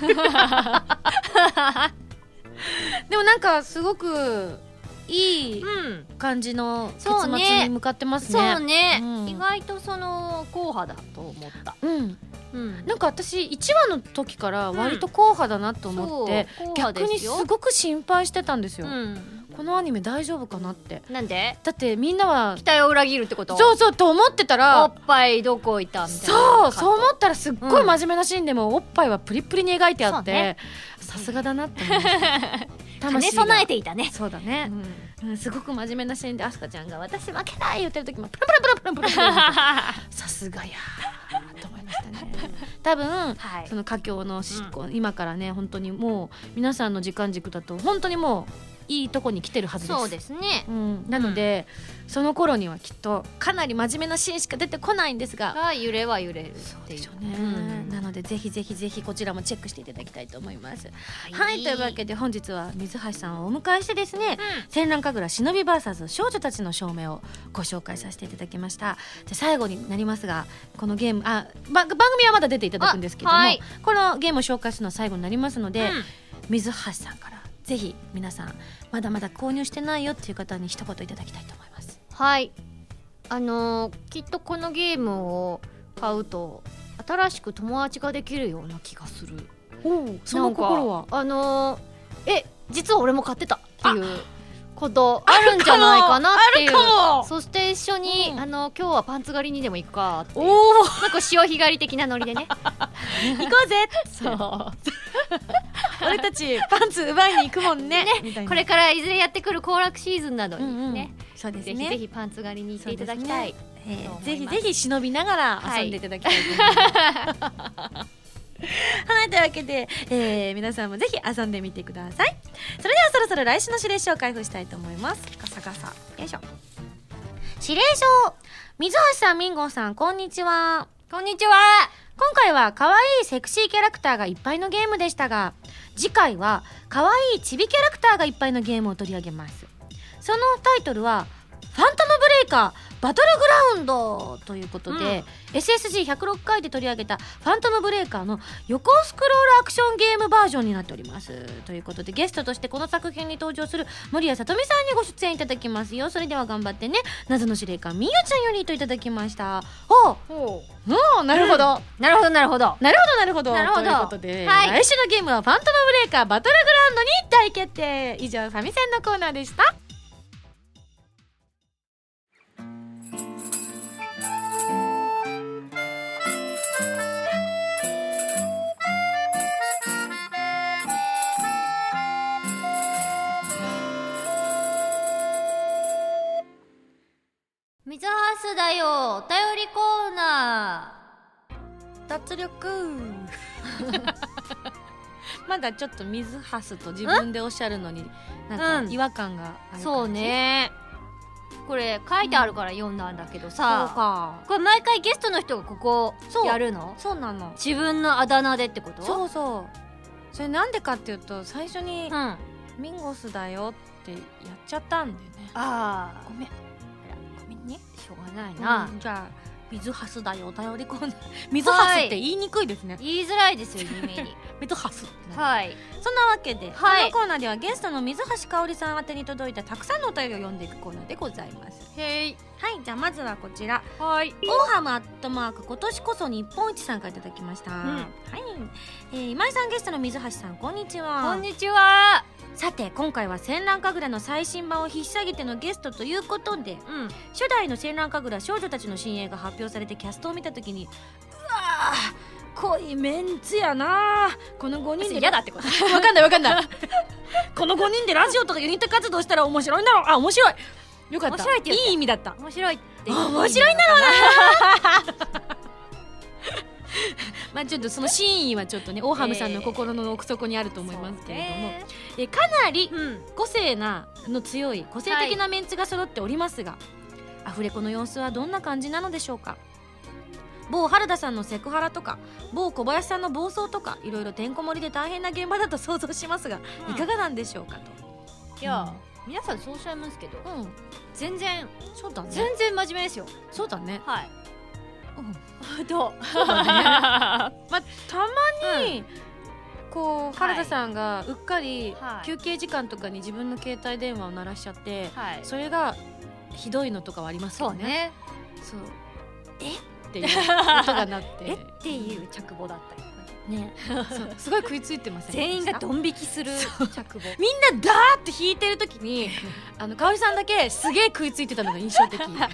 A: でもなんかすごくいい感じの結末に向かってますね。
C: そうね、うん、意外とその硬派だと思った、
A: うんうん、なんか私いちわの時から割と硬派だなと思って、うん、逆にすごく心配してたんですよ、うん、このアニメ大丈夫かなって。
C: なんで？
A: だってみんなは
C: 期待を裏切るってこと？
A: そうそうと思ってたら
C: おっぱいどこいたみたいな。
A: そうそう思ったらすっごい真面目なシーンでも、うん、おっぱいはプリプリに描いてあってさすがだなって思いました
C: 兼ね備えていたね。
A: そうだね、うんうん、すごく真面目なシーンでアスカちゃんが私負けない言ってる時もプラプラプラプラプラプラさすがやと思いましたね多分、はい、その佳境の執行、うん、今からね本当にもう皆さんの時間軸だと本当にもういいとこに来てるはずです。
C: そうですね、
A: うん、なので、うん、その頃にはきっとかなり真面目なシーンしか出てこないんですが、
C: が揺れは揺れるっていう。
A: そうでしょうね、うん、なのでぜひぜひぜひこちらもチェックしていただきたいと思います。はい、はい、というわけで本日は水橋さんをお迎えしてですね、うん、戦乱神楽忍び ブイエス 少女たちの証明をご紹介させていただきました。じゃ最後になりますがこのゲームあ番組はまだ出ていただくんですけども、はい、このゲームを紹介するのは最後になりますので、うん、水橋さんからぜひ皆さんまだまだ購入してないよっていう方に一言いただきたいと思います。
C: はい、あのー、きっとこのゲームを買うと新しく友達ができるような気がする。
A: おその心は
C: あのー、え実は俺も買ってたっていうことあるんじゃないかなっていう。そして一緒に、うん、あの今日はパンツ狩りにでも行くかっていう、おなんか潮干狩り的なノリでね
A: 行こうぜそう俺たちパンツ奪いに行くもん ね, ね
C: これからいずれやってくる行楽シーズンなどにね、うんうん、
A: そうですね、
C: ぜひぜひパンツ狩りに行っていただきたい、ね
A: えー、ぜひぜひ忍びながら遊んでいただきたいと思います、はいはい、というわけで、えー、皆さんもぜひ遊んでみてください。それではそろそろ来週の指令書を開封したいと思います。ガサガサよいしょ。指令書、水橋さん、ミンゴさん、こんにちは。
C: こんにちは。
A: 今回は可愛いセクシーキャラクターがいっぱいのゲームでしたが、次回は可愛いチビキャラクターがいっぱいのゲームを取り上げます。そのタイトルはファントムブレイカーバトルグラウンドということで、うん、エスエスジーひゃくろっかいで取り上げたファントムブレイカーの横スクロールアクションゲームバージョンになっております。ということでゲストとしてこの作品に登場する森谷さとみさんにご出演いただきますよ。それでは頑張ってね。謎の司令官みゆちゃんよりといただきました。おうおうなるほど、うん、
C: なるほどなるほど
A: なるほどなるほどなるほどということで、はい、来週のゲームはファントムブレイカーバトルグラウンドに大決定。以上ファミセンのコーナーでした。
C: だよお便りコーナ
A: 脱力まだちょっと水はすと自分でおっしゃるのになんか違和感がある感じ。
C: そうね、これ書いてあるから読んだんだけどさ、
A: そうか、
C: これ毎回ゲストの人がここやるの？
A: そうなの。
C: 自分のあだ名でってこと？
A: そうそう。それなんでかっていうと、最初に、
C: うん、
A: ミンゴスだよってやっちゃったんだよね。
C: ああ、
A: ごめん、
C: ごめんね、しょうがないな、
A: うん、じゃあ水はすだよお便りコーナー水はすって言いにくいですね、
C: 言いづらいですよ、地味に
A: 水はす
C: はい、
A: そんなわけで、
C: はい、
A: このコーナーではゲストの水橋かおりさん宛てに届いたたくさんのお便りを読んでいくコーナーでございます。
C: へい、
A: はい、じゃあまずはこちら、
C: はい、
A: オーハムアットマーク今年こそ日本一さんからいただきました、うん、はい、えー、今井さん、ゲストの水橋さん、こんにちは。
C: こんにちは。
A: さて今回は戦乱神楽の最新版を引っ提げてのゲストということで、
C: うん、
A: 初代の戦乱神楽少女たちの新鋭が発表されてキャストを見たときに、うわー濃いメンツやな、このごにんで
C: 嫌だってこと
A: わかんないわかんないこのごにんでラジオとかユニット活動したら面白いんだろう。あ、面白い、よかった、
C: 面白いって言った、
A: いい意味だった。
C: 面白いって
A: 面白いんだろうなまあちょっとその真意はちょっとね、大ハムさんの心の奥底にあると思いますけれども、えー、えかなり個性なの強い個性的なメンツが揃っておりますが、はい、アフレコの様子はどんな感じなのでしょうか。某原田さんのセクハラとか某小林さんの暴走とか、いろいろてんこ盛りで大変な現場だと想像しますが、うん、いかがなんでしょうかと。
C: いや、うん、皆さんそうおっしゃいますけど、うん、全然
A: そうだね、
C: 全然真面目ですよ。
A: そうだね、
C: はい、
A: うん、どうそうだねまあ、たまに、うん、こう原田さんがうっかり休憩時間とかに自分の携帯電話を鳴らしちゃって、はい、それがひどいのとかはありますよね。そうね、そうえっていう音が鳴って
C: えっていう着母だったり
A: ねそうすごい食いついてませんでした？
C: 全員がドン引きする着母
A: みんなダーって弾いてる時にあの香織さんだけすげえ食いついてたのが印象的何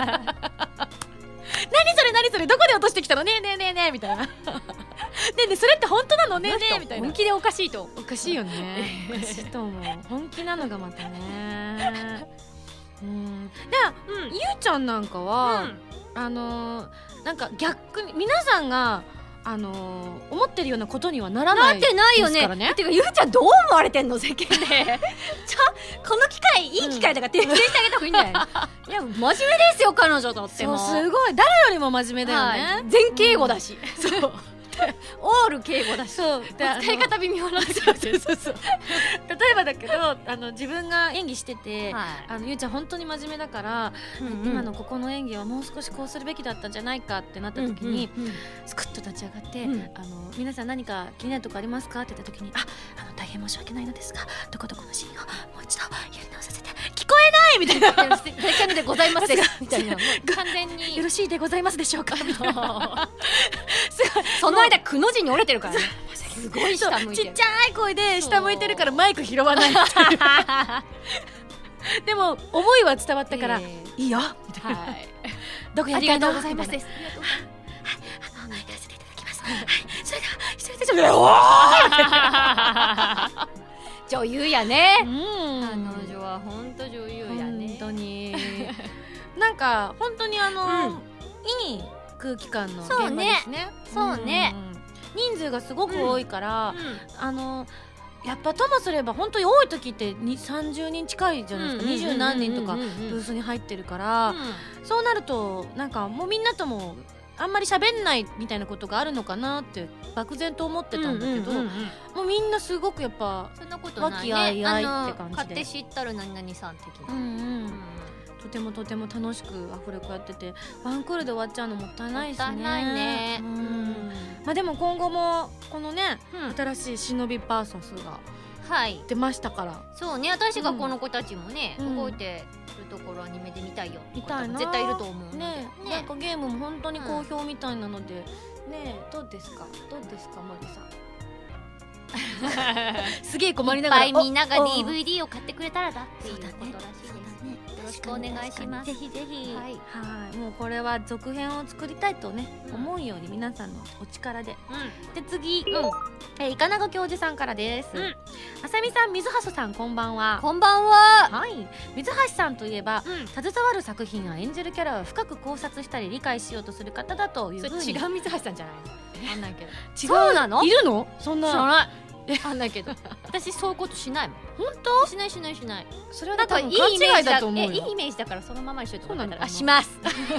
A: それ何それどこで落としてきたのねえねえねえねえみたいなねえねえそれって本当なのねえねえみたいな。
C: 本気でおかしいと
A: おかしいよねおかしいと思う本気なのがまたねうんで、うん、ゆうちゃんなんかは、うん、あのー、なんか逆に皆さんがあのー、思ってるようなことにはならないですからね。
C: なってないよね。てかゆうちゃんどう思われてんの世間でちょこの機会いい機会だから訂正してあげた方がいいんじゃないの、うん、いや真面目ですよ彼女とっても。
A: そうすごい誰よりも真面目だよね、
C: はい、全敬語だし、
A: うん、そう
C: オール敬語だし、
A: そう
C: 使い方微妙なんですよ
A: そうそうそう例えばだけどあの自分が演技してて、はい、あのゆうちゃん本当に真面目だから、うんうん、今のここの演技はもう少しこうするべきだったんじゃないかってなった時に、うんうんうん、スクッと立ち上がって、うん、あの皆さん何か気になるとこありますかって言った時に、ああの大変申し訳ないのですがどこどこのシーンをもう一度やり直させて聞こえないみたいな
C: 大変でございますみたいな完全に
A: よろしいでございますでしょうかみたいな
C: その間くの字に折れてるからねすごい下向いてる、
A: ちっちゃい声で下向いてるからマイク拾わないっていうでも思いは伝わったから、えー、いいよみたいな、はい、どこやりたいの
C: ありがとうございますです、はい、
A: あのやらせていただきます、はい、それでは失礼いたします
C: 女優やね、
A: うん、
C: 彼女は本当女優やね
A: 本当になんか本当にあの、うん、いい空気感の現場ですね。
C: そうね、
A: うん、人数がすごく多いから、うんうん、あのやっぱともすれば本当に多い時ってさんじゅうにん近いじゃないですか。にじゅう何人とかブースに入ってるから、うん、そうなるとなんかもうみんなともあんまり喋んないみたいなことがあるのかなって漠然と思ってたんだけど、もうみんなすごくやっぱ
C: そんなことないね、
A: 和気あいあいって感じで
C: 買って知ったる何々さん的な、
A: うんうんうん、とてもとても楽しくアフレコやってて、ワンクールで終わっちゃうのもったいないしね。
C: もったいないね、
A: うん、まあ、でも今後もこのね、うん、新しい忍びバーサスが出ましたから、はい、
C: そうね、私がこの子たちもね、うん、動いてるところアニメで見たいよって方も絶対いると思うので、ね
A: ね、なんかゲームも本当に好評みたいなので、うん、ね、どうですかどうですか森さんすげえ困りながら
C: いっぱいみんなが ディーブイディー を買ってくれたらだっていうことらしいです。よろしくお願いします。
A: ぜひぜひ、はい、はい、もうこれは続編を作りたいとね、うん、思うように皆さんのお力で、うん、で次、うん、 えー、イカナゴ教授さんからです。
C: うん、
A: あさみさん、水橋さん、こんばんは。
C: こんばんは。
A: はい、水橋さんといえば、うん、携わる作品や演じるキャラを深く考察したり理解しようとする方だというふうに。
C: 違う水橋さんじゃないの？あんないけど。
A: 違うなの？いるの？そんな。
C: 知らない。あんないけど。私そういうことしないもん。
A: 本当？
C: しないしないしない。
A: それはなんかいいイメージだと思うよ。
C: いいイメージだからそのままにしといてもらったら。
A: あ、します。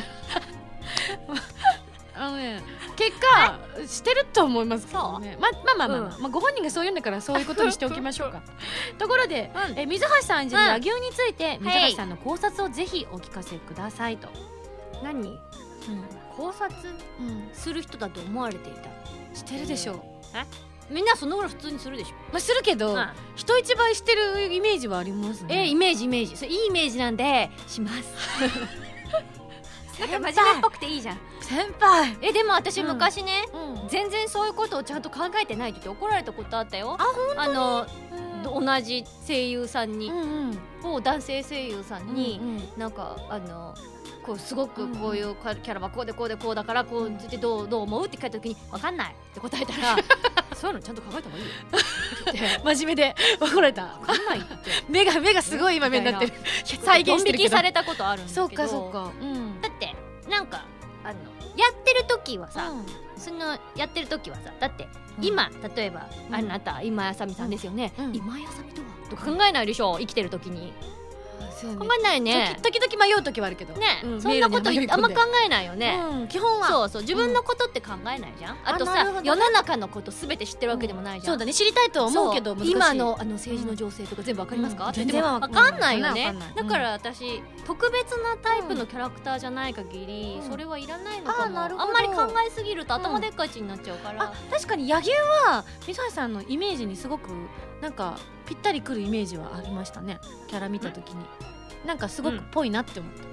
A: あのね、結果してると思いますけどね。ままあまあまあまあ、まあご本人がそう言うんだからそういうことにしておきましょうか。ところで、うん、え水橋さん演じる柳生について、うん、水橋さんの考察をぜひお聞かせくださいと。
C: 何？うん、考察、うん、する人だと思われていた。
A: してるでしょう。
C: え？みんなそのぐらい普通にするでしょ。
A: まあするけど、うん、人一倍してるイメージはありますね。
C: えー、イメージイメージ。それいいイメージなんでします。なんか真面目っぽくていいじゃん。
A: 先輩。
C: えでも私昔ね、うん、全然そういうことをちゃんと考えてないって言って怒られたことあったよ。
A: あ、本当に？
C: あの、うん、同じ声優さんに、うんうん、某男性声優さんに、うんうん、なんかあのこうすごくこういうキャラはこうでこうでこうだからこうってどうどう思うって聞いた時に分かんないって答えたらそういうのちゃんと考えた方がいいよって
A: 真面目で怒られた。
C: 分かんないって
A: 目が目がすごい今目になってる。再現してるけど。ドン引き
C: されたことあるんだけど。
A: そうかそうか。うん、
C: だってなんかあのやってる時はさ、うん、そのやってる時はさだって、うん、今例えば、うん、あなた今やさみさんですよね、うん、今やさみとはとか考えないでしょ、生きてる時に。考えないね。
A: 時々迷う時はあるけど
C: ね、うん、そんなことあんま考えないよね、
A: うん、基本は
C: そうそう自分のことって考えないじゃん、うん、あとさ、ね、世の中のことすべて知ってるわけでもないじゃん、
A: うん、そうだね、知りたいとは思うけど難しい。
C: 今のあの政治の情勢とか全部わかりますか、うん、
A: 全然わ
C: かんないよね、うん、だから私特別なタイプのキャラクターじゃない限り、うん、それはいらないのかも。 あ, あんまり考えすぎると頭でっかちになっちゃうから、うん、あ
A: 確かに柳生は水橋さんのイメージにすごくなんかぴったりくるイメージはありましたね、キャラ見た時に、うん、なんかすごくぽいなって思った、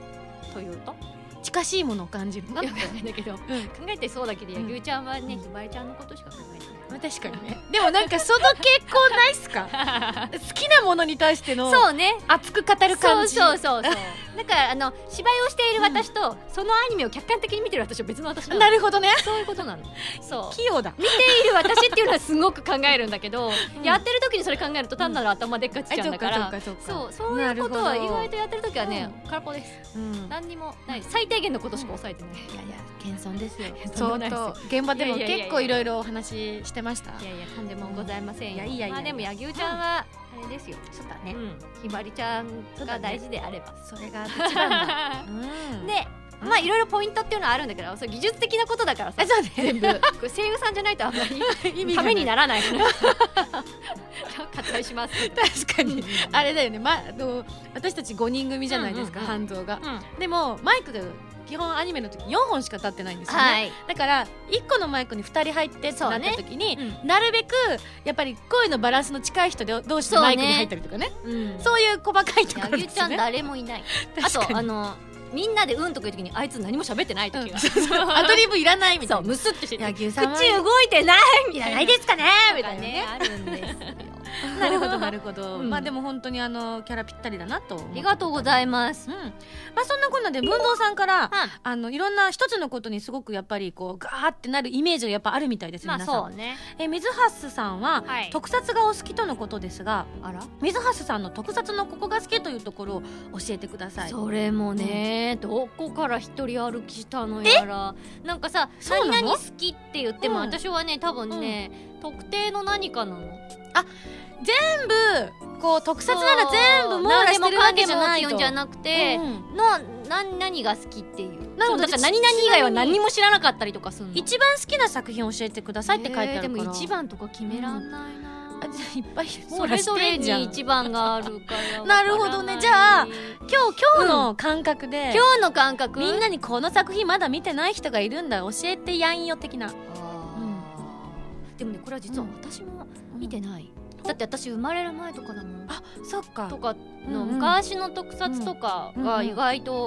C: というと
A: 近しいものを感じるなって。
C: いやだけど、うん、考えてそうだけど柳生ちゃんはね、ひばりちゃんのことしか考えてない。
A: 確かにね。でもなんかその傾向ないっすか好きなものに対しての
C: そうね
A: 熱く語る感じ。
C: そうそうそうそうだからあの芝居をしている私と、うん、そのアニメを客観的に見てる私は別の私なの。
A: なるほどね、
C: そういうことなの。そう
A: 器用だ。
C: 見ている私っていうのはすごく考えるんだけど、うん、やってる時にそれ考えると単なる頭でっかちちゃうんだから、うん、そうそうそういうことは意外とやってる時はね、うん、空っぽです、うん、何にもない最低限のことしか抑えてない、うん、いやいや
A: 謙遜ですよ。そうと現場でも結構いろいろお話ししてました。
C: いやいやとんでもございませんよ。
A: いやいやいや、
C: まあでも柳生ちゃんはあれですよ。そうだね、ひばりちゃんが大事であれば
A: それが一番だ
C: でまあいろいろポイントっていうのはあるんだけど、それ技術的なことだからさ、
A: そうね、
C: 全部声優さんじゃないとあんまりためにならないから割愛します。
A: 確かにあれだよね、ま、私たちごにん組じゃないですか、半蔵が。でもマイクが基本アニメの時よんほんしか立ってないんですよね、はい、だからいっこのマイクにふたり入ってってなった時に、ね、うん、なるべくやっぱり声のバランスの近い人で同士でマイクに入ったりとかね、そう、ね、うん、そういう細かいところですね。
C: 柳生ちゃん誰もいないあとあのみんなでうんとかいう時にあいつ何も喋ってない時が、
A: うん、アドリブいらないみたいな、
C: そうムスってして
A: 柳生さん
C: 口動いてない
A: いらないですかねみたいなね
C: あるんですよ
A: なるほどなるほど、うん、まあでも本当にあのキャラぴったりだなと。あ
C: りがとうございます、
A: うん、まあそんなこんなで文蔵さんから、うん、あのいろんな一つのことにすごくやっぱりこうガーってなるイメージがやっぱあるみたいです、
C: まあ、
A: 皆さん。
C: そうね、
A: え水橋さんは、はい、特撮がお好きとのことですが、あら水橋さんの特撮のここが好きというところを教えてください。
C: それもね、うん、どこから一人歩きしたのやら、なんかさ何々好きって言っても、うん、私はね多分ね、うん、特定の何かなの。あ
A: 全部こう特撮なら全部網羅してるわけじゃないと。
C: 何でもかんでもっていうんじゃなくて、うん、のな何が好きっていう。なのでだから何々以外は何も知らなかったりとかするの。
A: 一番好きな作品を教えてくださいって書いてあるから。で
C: も一番とか決めらんないな、
A: うん、あじゃあいっぱい
C: それぞれに一番があるから
A: なるほどね。じゃあ今日今日の感覚で、
C: うん、今日の感覚
A: みんなにこの作品まだ見てない人がいるんだ教えてやんよ的な。あ、
C: うん、でもねこれは実は私も見てない、うん、だって私生まれる前とかだもん。
A: あ、そっか。
C: とかの昔の特撮とかが意外と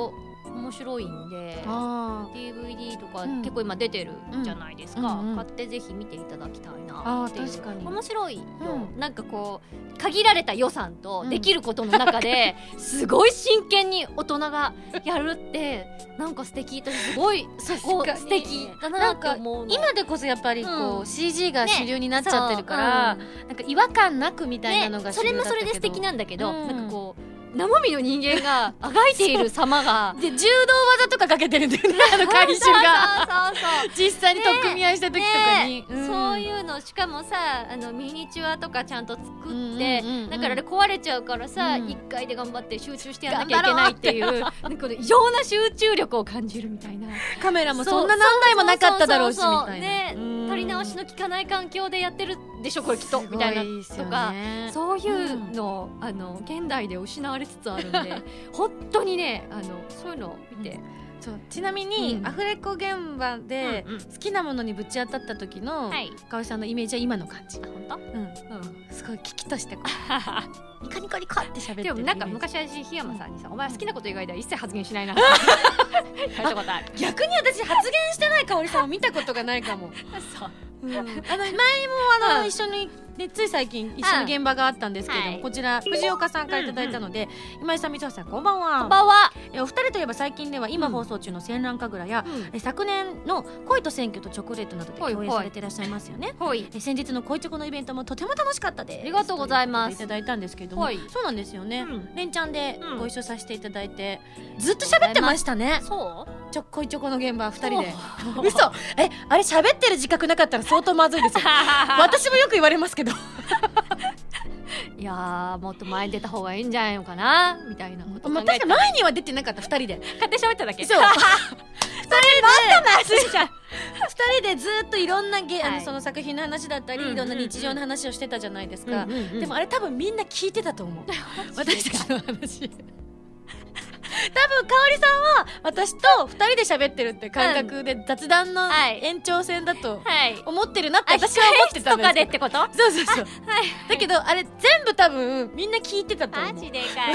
C: 面白いんで
A: あ
C: ディーブイディー とか
A: うん
C: 結構今出てるじゃないですか、
A: うんうんうん
C: 買ってぜひ見ていただきたいな
A: あ
C: っていう。
A: 確かに
C: 面白いよ、
A: う
C: なんかこう限られた予算と
A: うん
C: できることの中で、すごい真剣に大人がやるってなんか素敵だし、すごいそこ
A: 確かに
C: 素敵だなって思うの。
A: 今でこそやっぱりこう、
C: うん
A: シージー が主流になっちゃってるから、
C: ね
A: なんか違和感なくみたいなの
C: ね、
A: が
C: それもそ
A: 主流だったけど
C: れで素敵なんだけど、
A: うん
C: なんかこう生身の人間があがいている様が
A: で柔道技とかかけてるんだよねあの回収が
C: そうそうそう
A: 実際に取っ組み合いした時とかに、
C: ね
A: うん
C: そういうのしかもさあのミニチュアとかちゃんと作って、
A: うんうんうんうん
C: だからあれ壊れちゃうからさ、
A: うん
C: いっかいで頑張って集中してやんなきゃいけないっていうなんか異常な集中力を感じるみたいな。
A: カメラもそんな何台もなかっただろうしみ
C: そうそうそう
A: たいな
C: ね
A: うん
C: 取り直しの効かない環境でやってるでしょこれきっと
A: すご
C: みたいな
A: ですよね
C: とかそういうの、あの現代で失われつつあるんで本当にねあのそういうのを見て、
A: そうちなみに、
C: うん
A: アフレコ現場で
C: うんうん
A: 好きなものにぶち当たった時の、
C: はい
A: かおりさんのイメージは今の感じ、
C: あ本当
A: うん、
C: うん
A: すごい危機としてこうニコニコニコって喋ってる
C: でもなんか
A: イメージ
C: 昔私檜山さんにさ、お前は好きなこと以外では一切発言しないなって言われたことある。
A: 逆に私発言してないかおりさんを見たことがないかも、
C: そう
A: うん、あの前にもあの、
C: うん
A: 一緒にでつい最近一緒に現場があったんですけれども、
C: はい
A: こちら藤岡さんからいただいたので、今井さん、水橋さん、こんばんは。
C: こんばんは。
A: えお二人といえば最近では今
C: うん
A: 放送中の戦乱神楽や、
C: うん
A: え昨年の恋と選挙とチョコレートなどで
C: はい
A: 共演されていらっしゃいますよね。
C: ほい。
A: え先日の恋チョコのイベントもとても楽しかったです。
C: ありがとうございます
A: とうことでいただいたんですけれども、
C: はい
A: そうなんですよね。
C: うん
A: 連チャンで
C: うん
A: ご一緒させていただいて、ずっと喋ってましたね。
C: そう
A: ちょ恋チョコの現場二人で。
C: そう
A: 嘘えあれ喋ってる自覚なかったら相当まずいですよ。私もよく言われますけど。
C: いやーもっと前に出た方がいいんじゃないのかなみたいなこと考
A: まあ、
C: え
A: 確か
C: て
A: に前には出てなかった二人で。
C: 勝手に喋っただけ。
A: そう。二人で
C: じゃん。
A: 二人でずっといろんなゲ、あ
C: はい
A: のその作品の話だったり、
C: うんうんうん
A: いろんな日常の話をしてたじゃないですか。
C: うんうんうん
A: でもあれ多分みんな聞いてたと思う。私たちの話。多分香織さんは私と二人で喋ってるって感覚で雑談の
C: はい
A: 延長線だと
C: はい。
A: 思ってるなって
C: あ
A: 私は思ってたん
C: とか
A: ですけど。
C: でってこと？
A: そうそうそう。
C: はい。
A: だけどあれ全部多分みんな聞いてたと思う。
C: マジでかよ。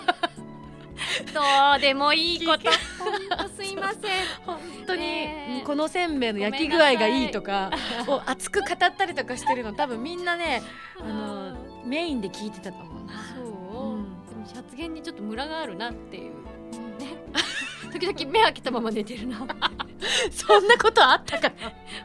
C: どうでもいいこと。ほんとすいません。
A: 本当に、
C: ねえ
A: うんこのせんべいの焼き具合がいいとかを熱く語ったりとかしてるの多分みんなねあのメインで聞いてたと思うな。
C: そう、
A: うん
C: でも発言にちょっとムラがあるなっていうね時々目開けたまま寝てるな
A: そんなことあったかな。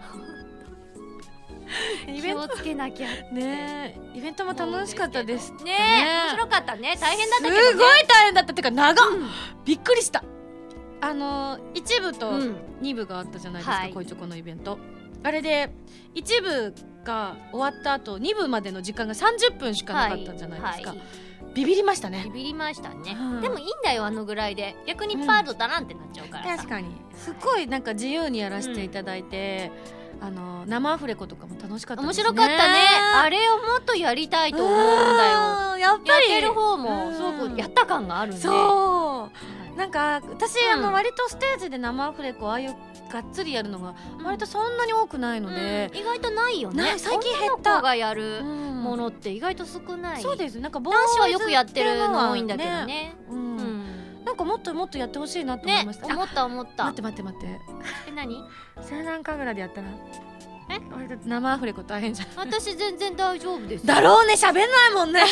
A: イベント
C: 気をつけなきゃ
A: ねえイベントも楽しかったです
C: ねえ面白かったね大変だったけどね
A: すごい大変だったっていうか長っ、
C: うん
A: びっくりした。あの一部と
C: うん
A: 二部があったじゃないですか、
C: はい
A: 恋チョコのイベント。あれで一部が終わった後二部までの時間がさんじゅっぷんしかなかったじゃないですか、
C: はいはい
A: ビビりましたね
C: ビ。ビりましたね、
A: うん
C: でもいいんだよあのぐらいで逆にパードだなんてなっちゃうからさ、
A: 確かにすごいなんか自由にやらせていただいて、あの生アフレコとかも楽しかったですね。
C: 面白かったねあれをもっとやりたいと思うんだよ
A: うんやっぱり
C: やってる方もすごくやった感があるんで、
A: そうなんか私、
C: うん
A: あの割とステージで生アフレコああいうがっつりやるのが割とそんなに多くないので、
C: うん意外とないよね
A: ない最近減った
C: 女の子がやる
A: うん
C: ものって意外と少ない、
A: そうですなんかボー
C: 男子は
A: イズ
C: よくやってるの多いんだけど
A: っていうのは
C: ね
A: うん
C: うん
A: なんかもっともっとやってほしいなと思い
C: ね
A: ました、
C: 思った思った
A: あ待って待って待って
C: え何
A: 戦乱神楽でやったら
C: え
A: 割と生アフレコ大変じゃん
C: 私全然大丈夫です
A: だろうね喋んないもんね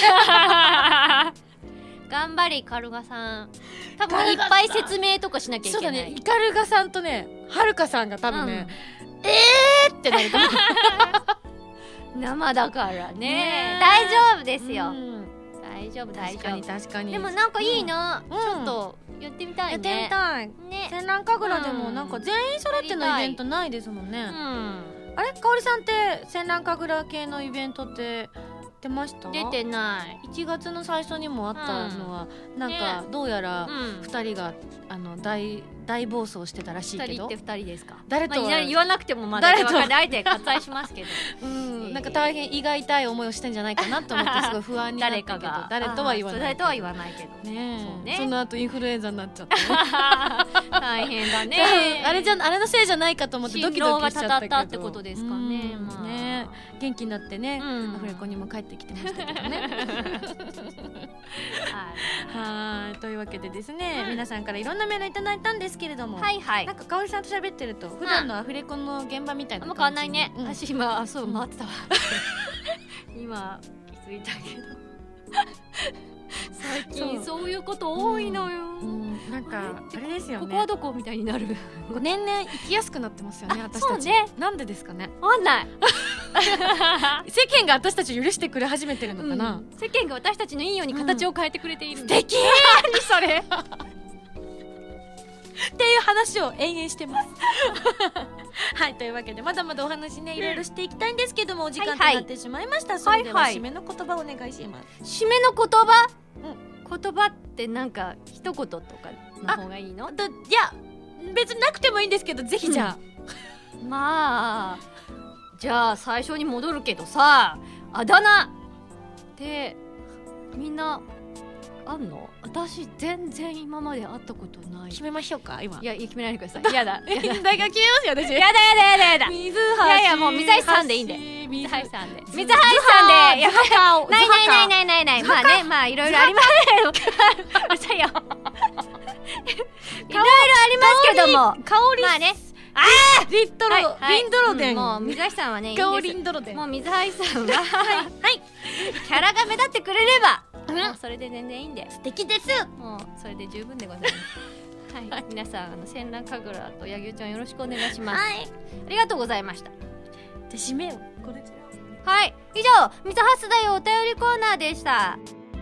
C: 頑張りカルガさん多分いっぱい説明とかしなきゃい
A: そう
C: けない
A: だねイカルガさんとねはるかさんが多分ね、えーってなると思う
C: 生だからね
A: ね
C: 大丈夫ですよ、
A: うん
C: 大丈夫大
A: 確かに
C: 丈
A: 確かに
C: 夫でもなんかいいな、
A: うん
C: ちょっとやってみたい
A: やってみ
C: ね
A: たい
C: ね
A: 戦乱神楽でも
C: うん
A: なんか全員揃ってのイベントないですもんね、
C: うん
A: あれかおりさんって戦乱神楽系のイベントって出ました？
C: 出てない
A: いちがつの最初にもあったのは、なんかどうやら
C: うん
A: ふたりがあの大大暴走してたらしいけど
C: 二人って二人ですか
A: 誰とは
C: まあ、言わなくてもまだ
A: 誰と
C: 分かんないあえて割愛しますけど
A: うん、なんか大変胃が痛い思いをしてんじゃないかなと思ってすごい不安になったけど
C: 誰かが
A: 誰とは言わない
C: あー誰とは言わないけど
A: ねえ
C: そうね
A: その後インフルエンザになっちゃって
C: 大変だね
A: あれじゃあれのせいじゃないかと思ってドキドキしちゃったけど
C: 心労がたたったってことですかね
A: うん
C: まあ
A: ね元気になってね、
C: うん
A: アフレコにも帰ってきてましたけどねはい、というわけでですね、うん、皆さんからいろんなメールいただいたんですけれども、
C: はいはい、
A: なんかかおりさんと喋ってると普段のアフレコの現場みたいな感じ、
C: あんま変わんないね、
A: うん、
C: 私今あそう回ってたわ今気づいたけど最近そういうこと多いのよ、うんうん、
A: なんかあれですよね、
C: ここはどこみたいになる
A: 年々生きやすくなってますよね私たち。
C: そうね、
A: なんでですかね、
C: わかんない
A: 世間が私たちを許してくれ始めてるのかな、うん、
C: 世間が私たちのいいように形を変えてくれている、うん、
A: 素敵何それっていう話を延々してますはい、というわけでまだまだお話ねいろいろしていきたいんですけども、お時間となってしまいました、はいはい、それでは締めの言葉お願いします。
C: 締めの言葉、うん、言葉ってなんか一言とかの方がいいの？
A: いや別になくてもいいんですけど、ぜひじゃあ、
C: うん、まあじゃあ最初に戻るけどさ、あだ名ってみんなあんの？私全然今まで会ったことない。
A: 決めましょうか今。
C: いや決めないでください。やだやだ
A: 大学決めますよ私。
C: やだやだやだやだ。
A: 水橋。
C: いやいやもう水橋さんでいいんで。水橋さんで。水橋さんで。やばい。ないないないないないない。まあね、まあいろいろありますけど。うるさいよ。いろいろありますけども。
A: 香り。
C: まあね。ああ
A: リンドロ、リンドロデン、
C: もう水橋さんはね、
A: 香りンドロデン、
C: もう水橋さんははいキャラが目立ってくれればもうそれで全然いいんで、
A: 素敵です。
C: もうそれで十分でございますはい、皆さんあの千覧神楽と柳生ちゃんよろしくお願いします。はい、ありがとうございました。じゃ
A: あ締めよう。これ
C: はい、以上水橋だよお便りコーナーでした。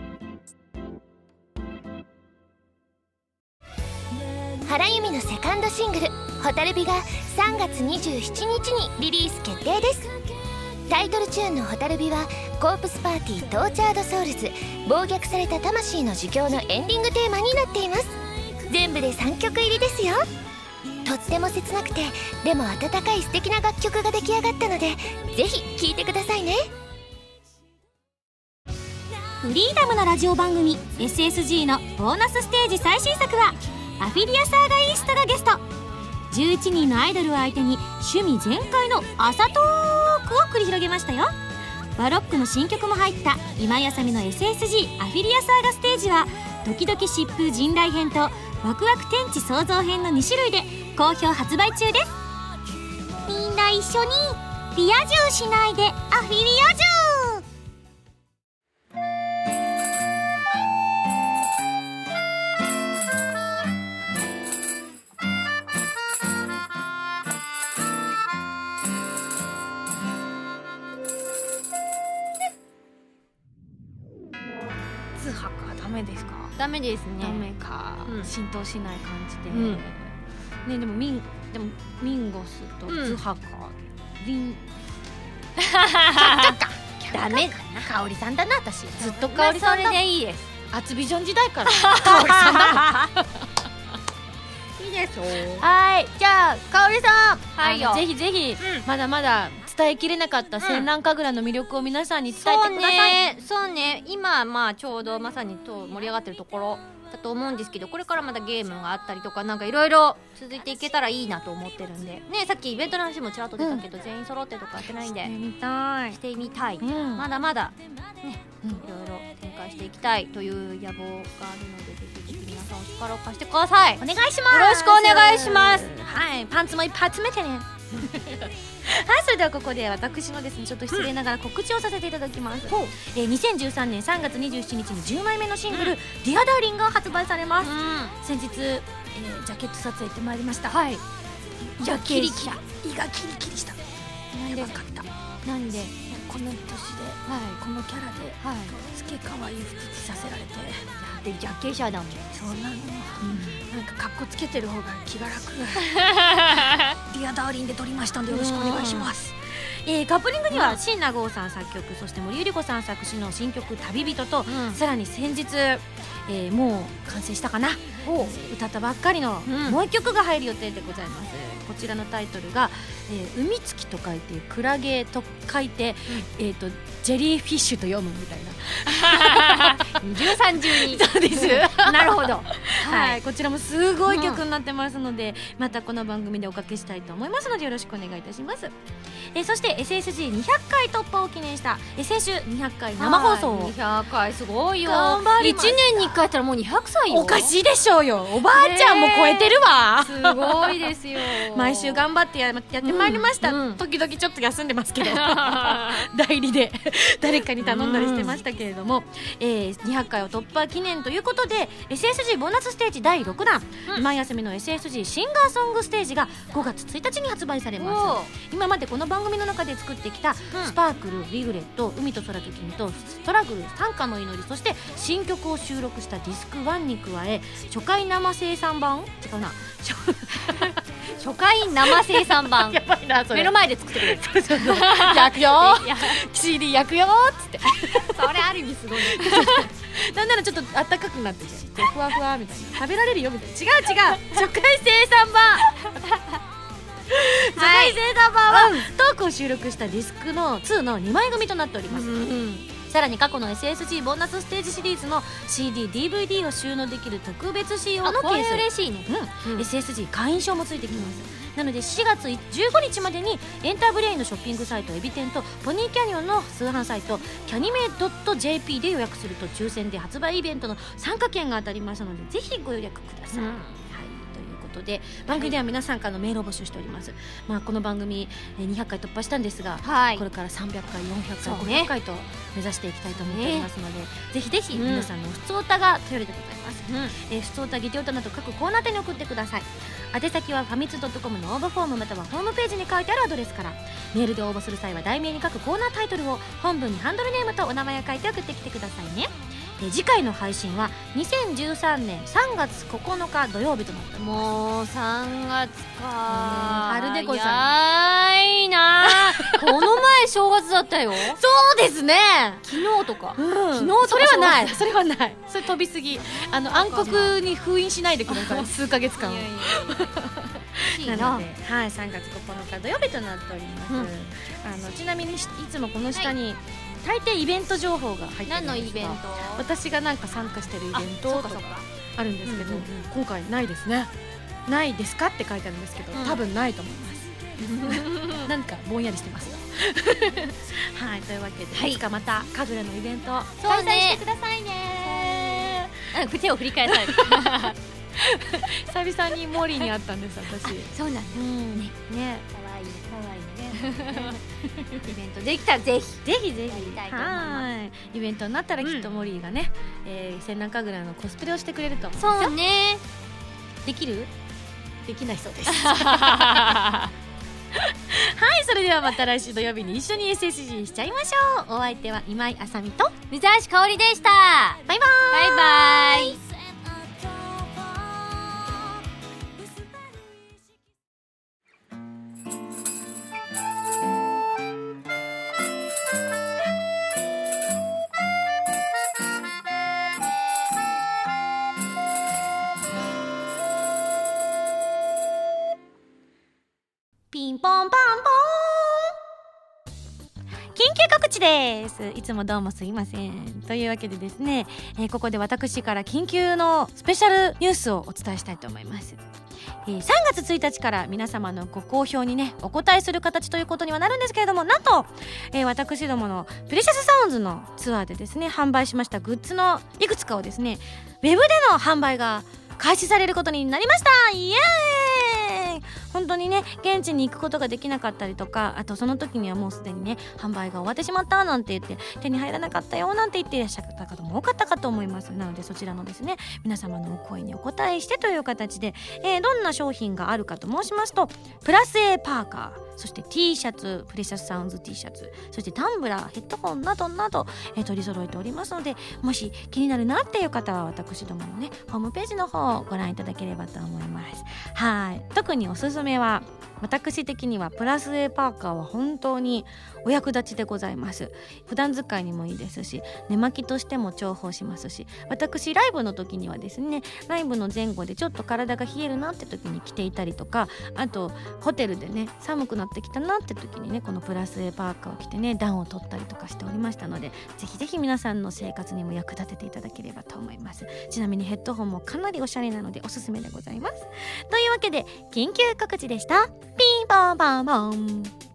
B: 原由美のセカンドシングル「蛍火」がさんがつにじゅうしちにちにリリース決定です。タイトルチューンの「蛍火」はコープスパーティートーチャードソウルズ暴虐された魂の儒教のエンディングテーマになっています。全部でさんきょく入りですよ。とっても切なくてでも温かい素敵な楽曲が出来上がったのでぜひ聴いてくださいね。フリーダムのラジオ番組 エスエスジー のボーナスステージ最新作はアフィリアサーガイーストがゲスト。じゅういちにんのアイドルを相手に趣味全開の朝トークを繰り広げましたよ。バロックの新曲も入った今井あさみの エスエスジー アフィリアサーガステージはドキドキ疾風陣雷編とワクワク天地創造編のにしゅるいで好評発売中です。みんな一緒にリア充しないでアフィリア充。
A: 通泊はダメですか？
C: ダメですね。
A: ダメか、うん、浸透しない感じで、うん、ね、でもミンでもミンゴスとズハカ、うん、リン
C: ダメ
A: かな。香織さんだな私。ずっと香織さんだ。
C: それでいいです。
A: アツビジョン時代から香織さんだもん。いいですよ。
C: はい、じゃあ香織さん、
A: はいよ、ぜひぜひ、うん、まだまだ伝えきれなかった千覧神楽の魅力を皆さんに伝えてください。
C: そうね、そうね、今まあちょうどまさにと盛り上がってるところだと思うんですけど、これからまたゲームがあったりとかなんかいろいろ続いていけたらいいなと思ってるんでね。さっきイベントの話もちらっと出たけど、うん、全員揃ってとかやってないんで
A: してみたい
C: してみたい、うん、まだまだね、うん、いろいろ展開していきたいという野望があるので、ぜひぜひ皆さんお力を貸してください。
A: お願いします。
C: よろしくお願いします。
A: はい、パンツもいっぱい集めてねはい、それではここで私のですねちょっと失礼ながら告知をさせていただきます、うん、えー、にせんじゅうさんねんさんがつにじゅうしちにちにじゅうまいめのシングル、うん、ディアダーリンが発売されます、うん、先日、えー、ジャケット撮影行ってまいりました。
C: はい、
A: ジャケキリキラ胃がキリキリした。
C: なんで
A: かった
C: なんで
A: この年で、はい、このキャラで、はい、すげえ可愛い服着させられて、
C: だってジャケ写だもん。
A: そうなの、うん、なんかカッコつけてる方が気が楽ディアダーリンで撮りましたんでよろしくお願いします。えー、カップリングには椎名剛さん作曲、そして森百合子さん作詞の新曲「旅人と」うん、さらに先日、えー、もう完成したかな、歌ったばっかりの、うん、もう一曲が入る予定でございます。こちらのタイトルが「えー、海月」と書いてクラゲと書いて、うん、えーとジェリーフィッシュと読むみたいな
C: 二重三重に
A: そうです
C: なるほど、
A: はい、こちらもすごい曲になってますので、うん、またこの番組でおかけしたいと思いますのでよろしくお願いいたします。
B: えー、そして エスエスジーにひゃっかい突破を記念したえー先週にひゃっかい生放送を
C: にひゃっかいすごいよ。
B: 頑張りました。
C: いちねんにいっかいやったらもうにひゃくさいよ。
B: おかしいでしょうよ、おばあちゃんも超えてるわ、
C: すごいですよ。
B: 毎週頑張って や, やってまいりました、
C: うんうん、
B: 時々ちょっと休んでますけど代理で誰かに頼んだりしてましたけれども、うんえー、にひゃっかいを突破記念ということで エスエスジー ボーナスステージだいろくだん、うん、今休みの エスエスジー シンガーソングステージがごがつついたちに発売されます。今までこの番組の中で作ってきた、うん、スパークル、リグレット、海と空と君とストラグル、短歌の祈り、そして新曲を収録したディスクワンに加え初回生生産版違うな
C: 初回生生産版
B: やばいなそれ、
C: 目の前で作ってくれる
B: そうそうそう焼くよシーディー 焼くよーっつって
C: それある意味すごい
B: なんならちょっとあったかくなってきてふわふわみたいな、食べられるよみたいな、違う違う初回生産版初回生産版は、うん、トークを収録したディスクのツーのにまい組となっております、うんうんさらに過去の エスエスジー ボーナスステージシリーズの シーディー、ディーブイディー を収納できる特別仕様のケース、
C: これ嬉しいね、
B: うんうん、エスエスジー 会員証もついてきます、うん、なのでしがつじゅうごにちまでにエンターブレインのショッピングサイトエビ天とポニーキャニオンの通販サイトキャニメ .jp で予約すると抽選で発売イベントの参加券が当たりますのでぜひご予約ください、うんで番組では皆さんからのメールを募集しております、まあ、この番組にひゃっかい突破したんですが、はい、これからさんびゃっかい、よんひゃっかい、ごひゃっかいと目指していきたいと思っておりますので、ね、ぜひぜひ皆さんのふつおたが頼りでございます、うんえー、ふつおた、ぎておたなど各コーナー宛に送ってください。宛先はファミツ .com の応募フォームまたはホームページに書いてあるアドレスから。メールで応募する際は題名に書くコーナータイトルを本文にハンドルネームとお名前を書いて送ってきてくださいね。え次回の配信はにせんじゅうさんねんさんがつここのか土曜日となっております。
C: もうさんがつか
B: 春でございます。
C: 早いなこの前正月だったよ
B: そうですね、
C: 昨日とか、
B: うん、昨日とかそれはないそれはないそれ飛びすぎ、あの暗黒に封印しないでください数ヶ月間をなので、はい、さんがつここのか土曜日となっております、うん、あのちなみにいつもこの下に、はい大抵イベント情報が入ってるんですが、
C: 何のイベント？
B: 私がなんか参加してるイベントとかあるんですけど、今回ないですね。ないですかって書いてあるんですけど、うん、多分ないと思いますなんかぼんやりしてますよはいというわけで、はい、いつかまた神楽のイベント開催してくださいね。
C: うん、手を振り返される
B: 久々にモリーに会ったんです私。
C: そうなんだ、うん、ね
B: ね
C: 可愛い可愛いねイベントできたらぜひ
B: ぜひぜひはいイベントになったらきっとモリーがね、うんえー、千南神楽のコスプレをしてくれると思うんですよ。
C: そうね
B: できる？できないそうですはいそれではまた来週土曜日に一緒に エスエスジー しちゃいましょう。お相手は今井あさみと
C: 水橋かおりでした。
B: バイバーイ
C: バイバイ。
B: ピンポンパンポーン緊急告知です。いつもどうもすいません。というわけでですね、えー、ここで私から緊急のスペシャルニュースをお伝えしたいと思います。えー、さんがつついたちから皆様のご好評にねお答えする形ということにはなるんですけれども、なんと、えー、私どものプレシャスサウンズのツアーでですね販売しましたグッズのいくつかをですねウェブでの販売が開始されることになりました。イエーイ。本当にね現地に行くことができなかったりとか、あとその時にはもうすでにね販売が終わってしまったなんて言って手に入らなかったよなんて言っていらっしゃった方も多かったかと思います。なのでそちらのですね皆様のお声にお答えしてという形で、えー、どんな商品があるかと申しますと、プラス A パーカー、そして T シャツ、プレシャスサウンズ T シャツ、そしてタンブラー、ヘッドホンなどなど、えー、取り揃えておりますので、もし気になるなっていう方は私どものねホームページの方をご覧いただければと思います。はい、特におすすめは私的にはプラス A パーカーは本当にお役立ちでございます。普段使いにもいいですし、寝巻きとしても重宝しますし、私ライブの時にはですねライブの前後でちょっと体が冷えるなって時に着ていたりとか、あとホテルでね寒くなってきたなって時にねこのプラス A パーカーを着てね暖を取ったりとかしておりましたので、ぜひぜひ皆さんの生活にも役立てていただければと思います。ちなみにヘッドホンもかなりおしゃれなのでおすすめでございます。というわけで緊急告知でした。ピンポンパンポン。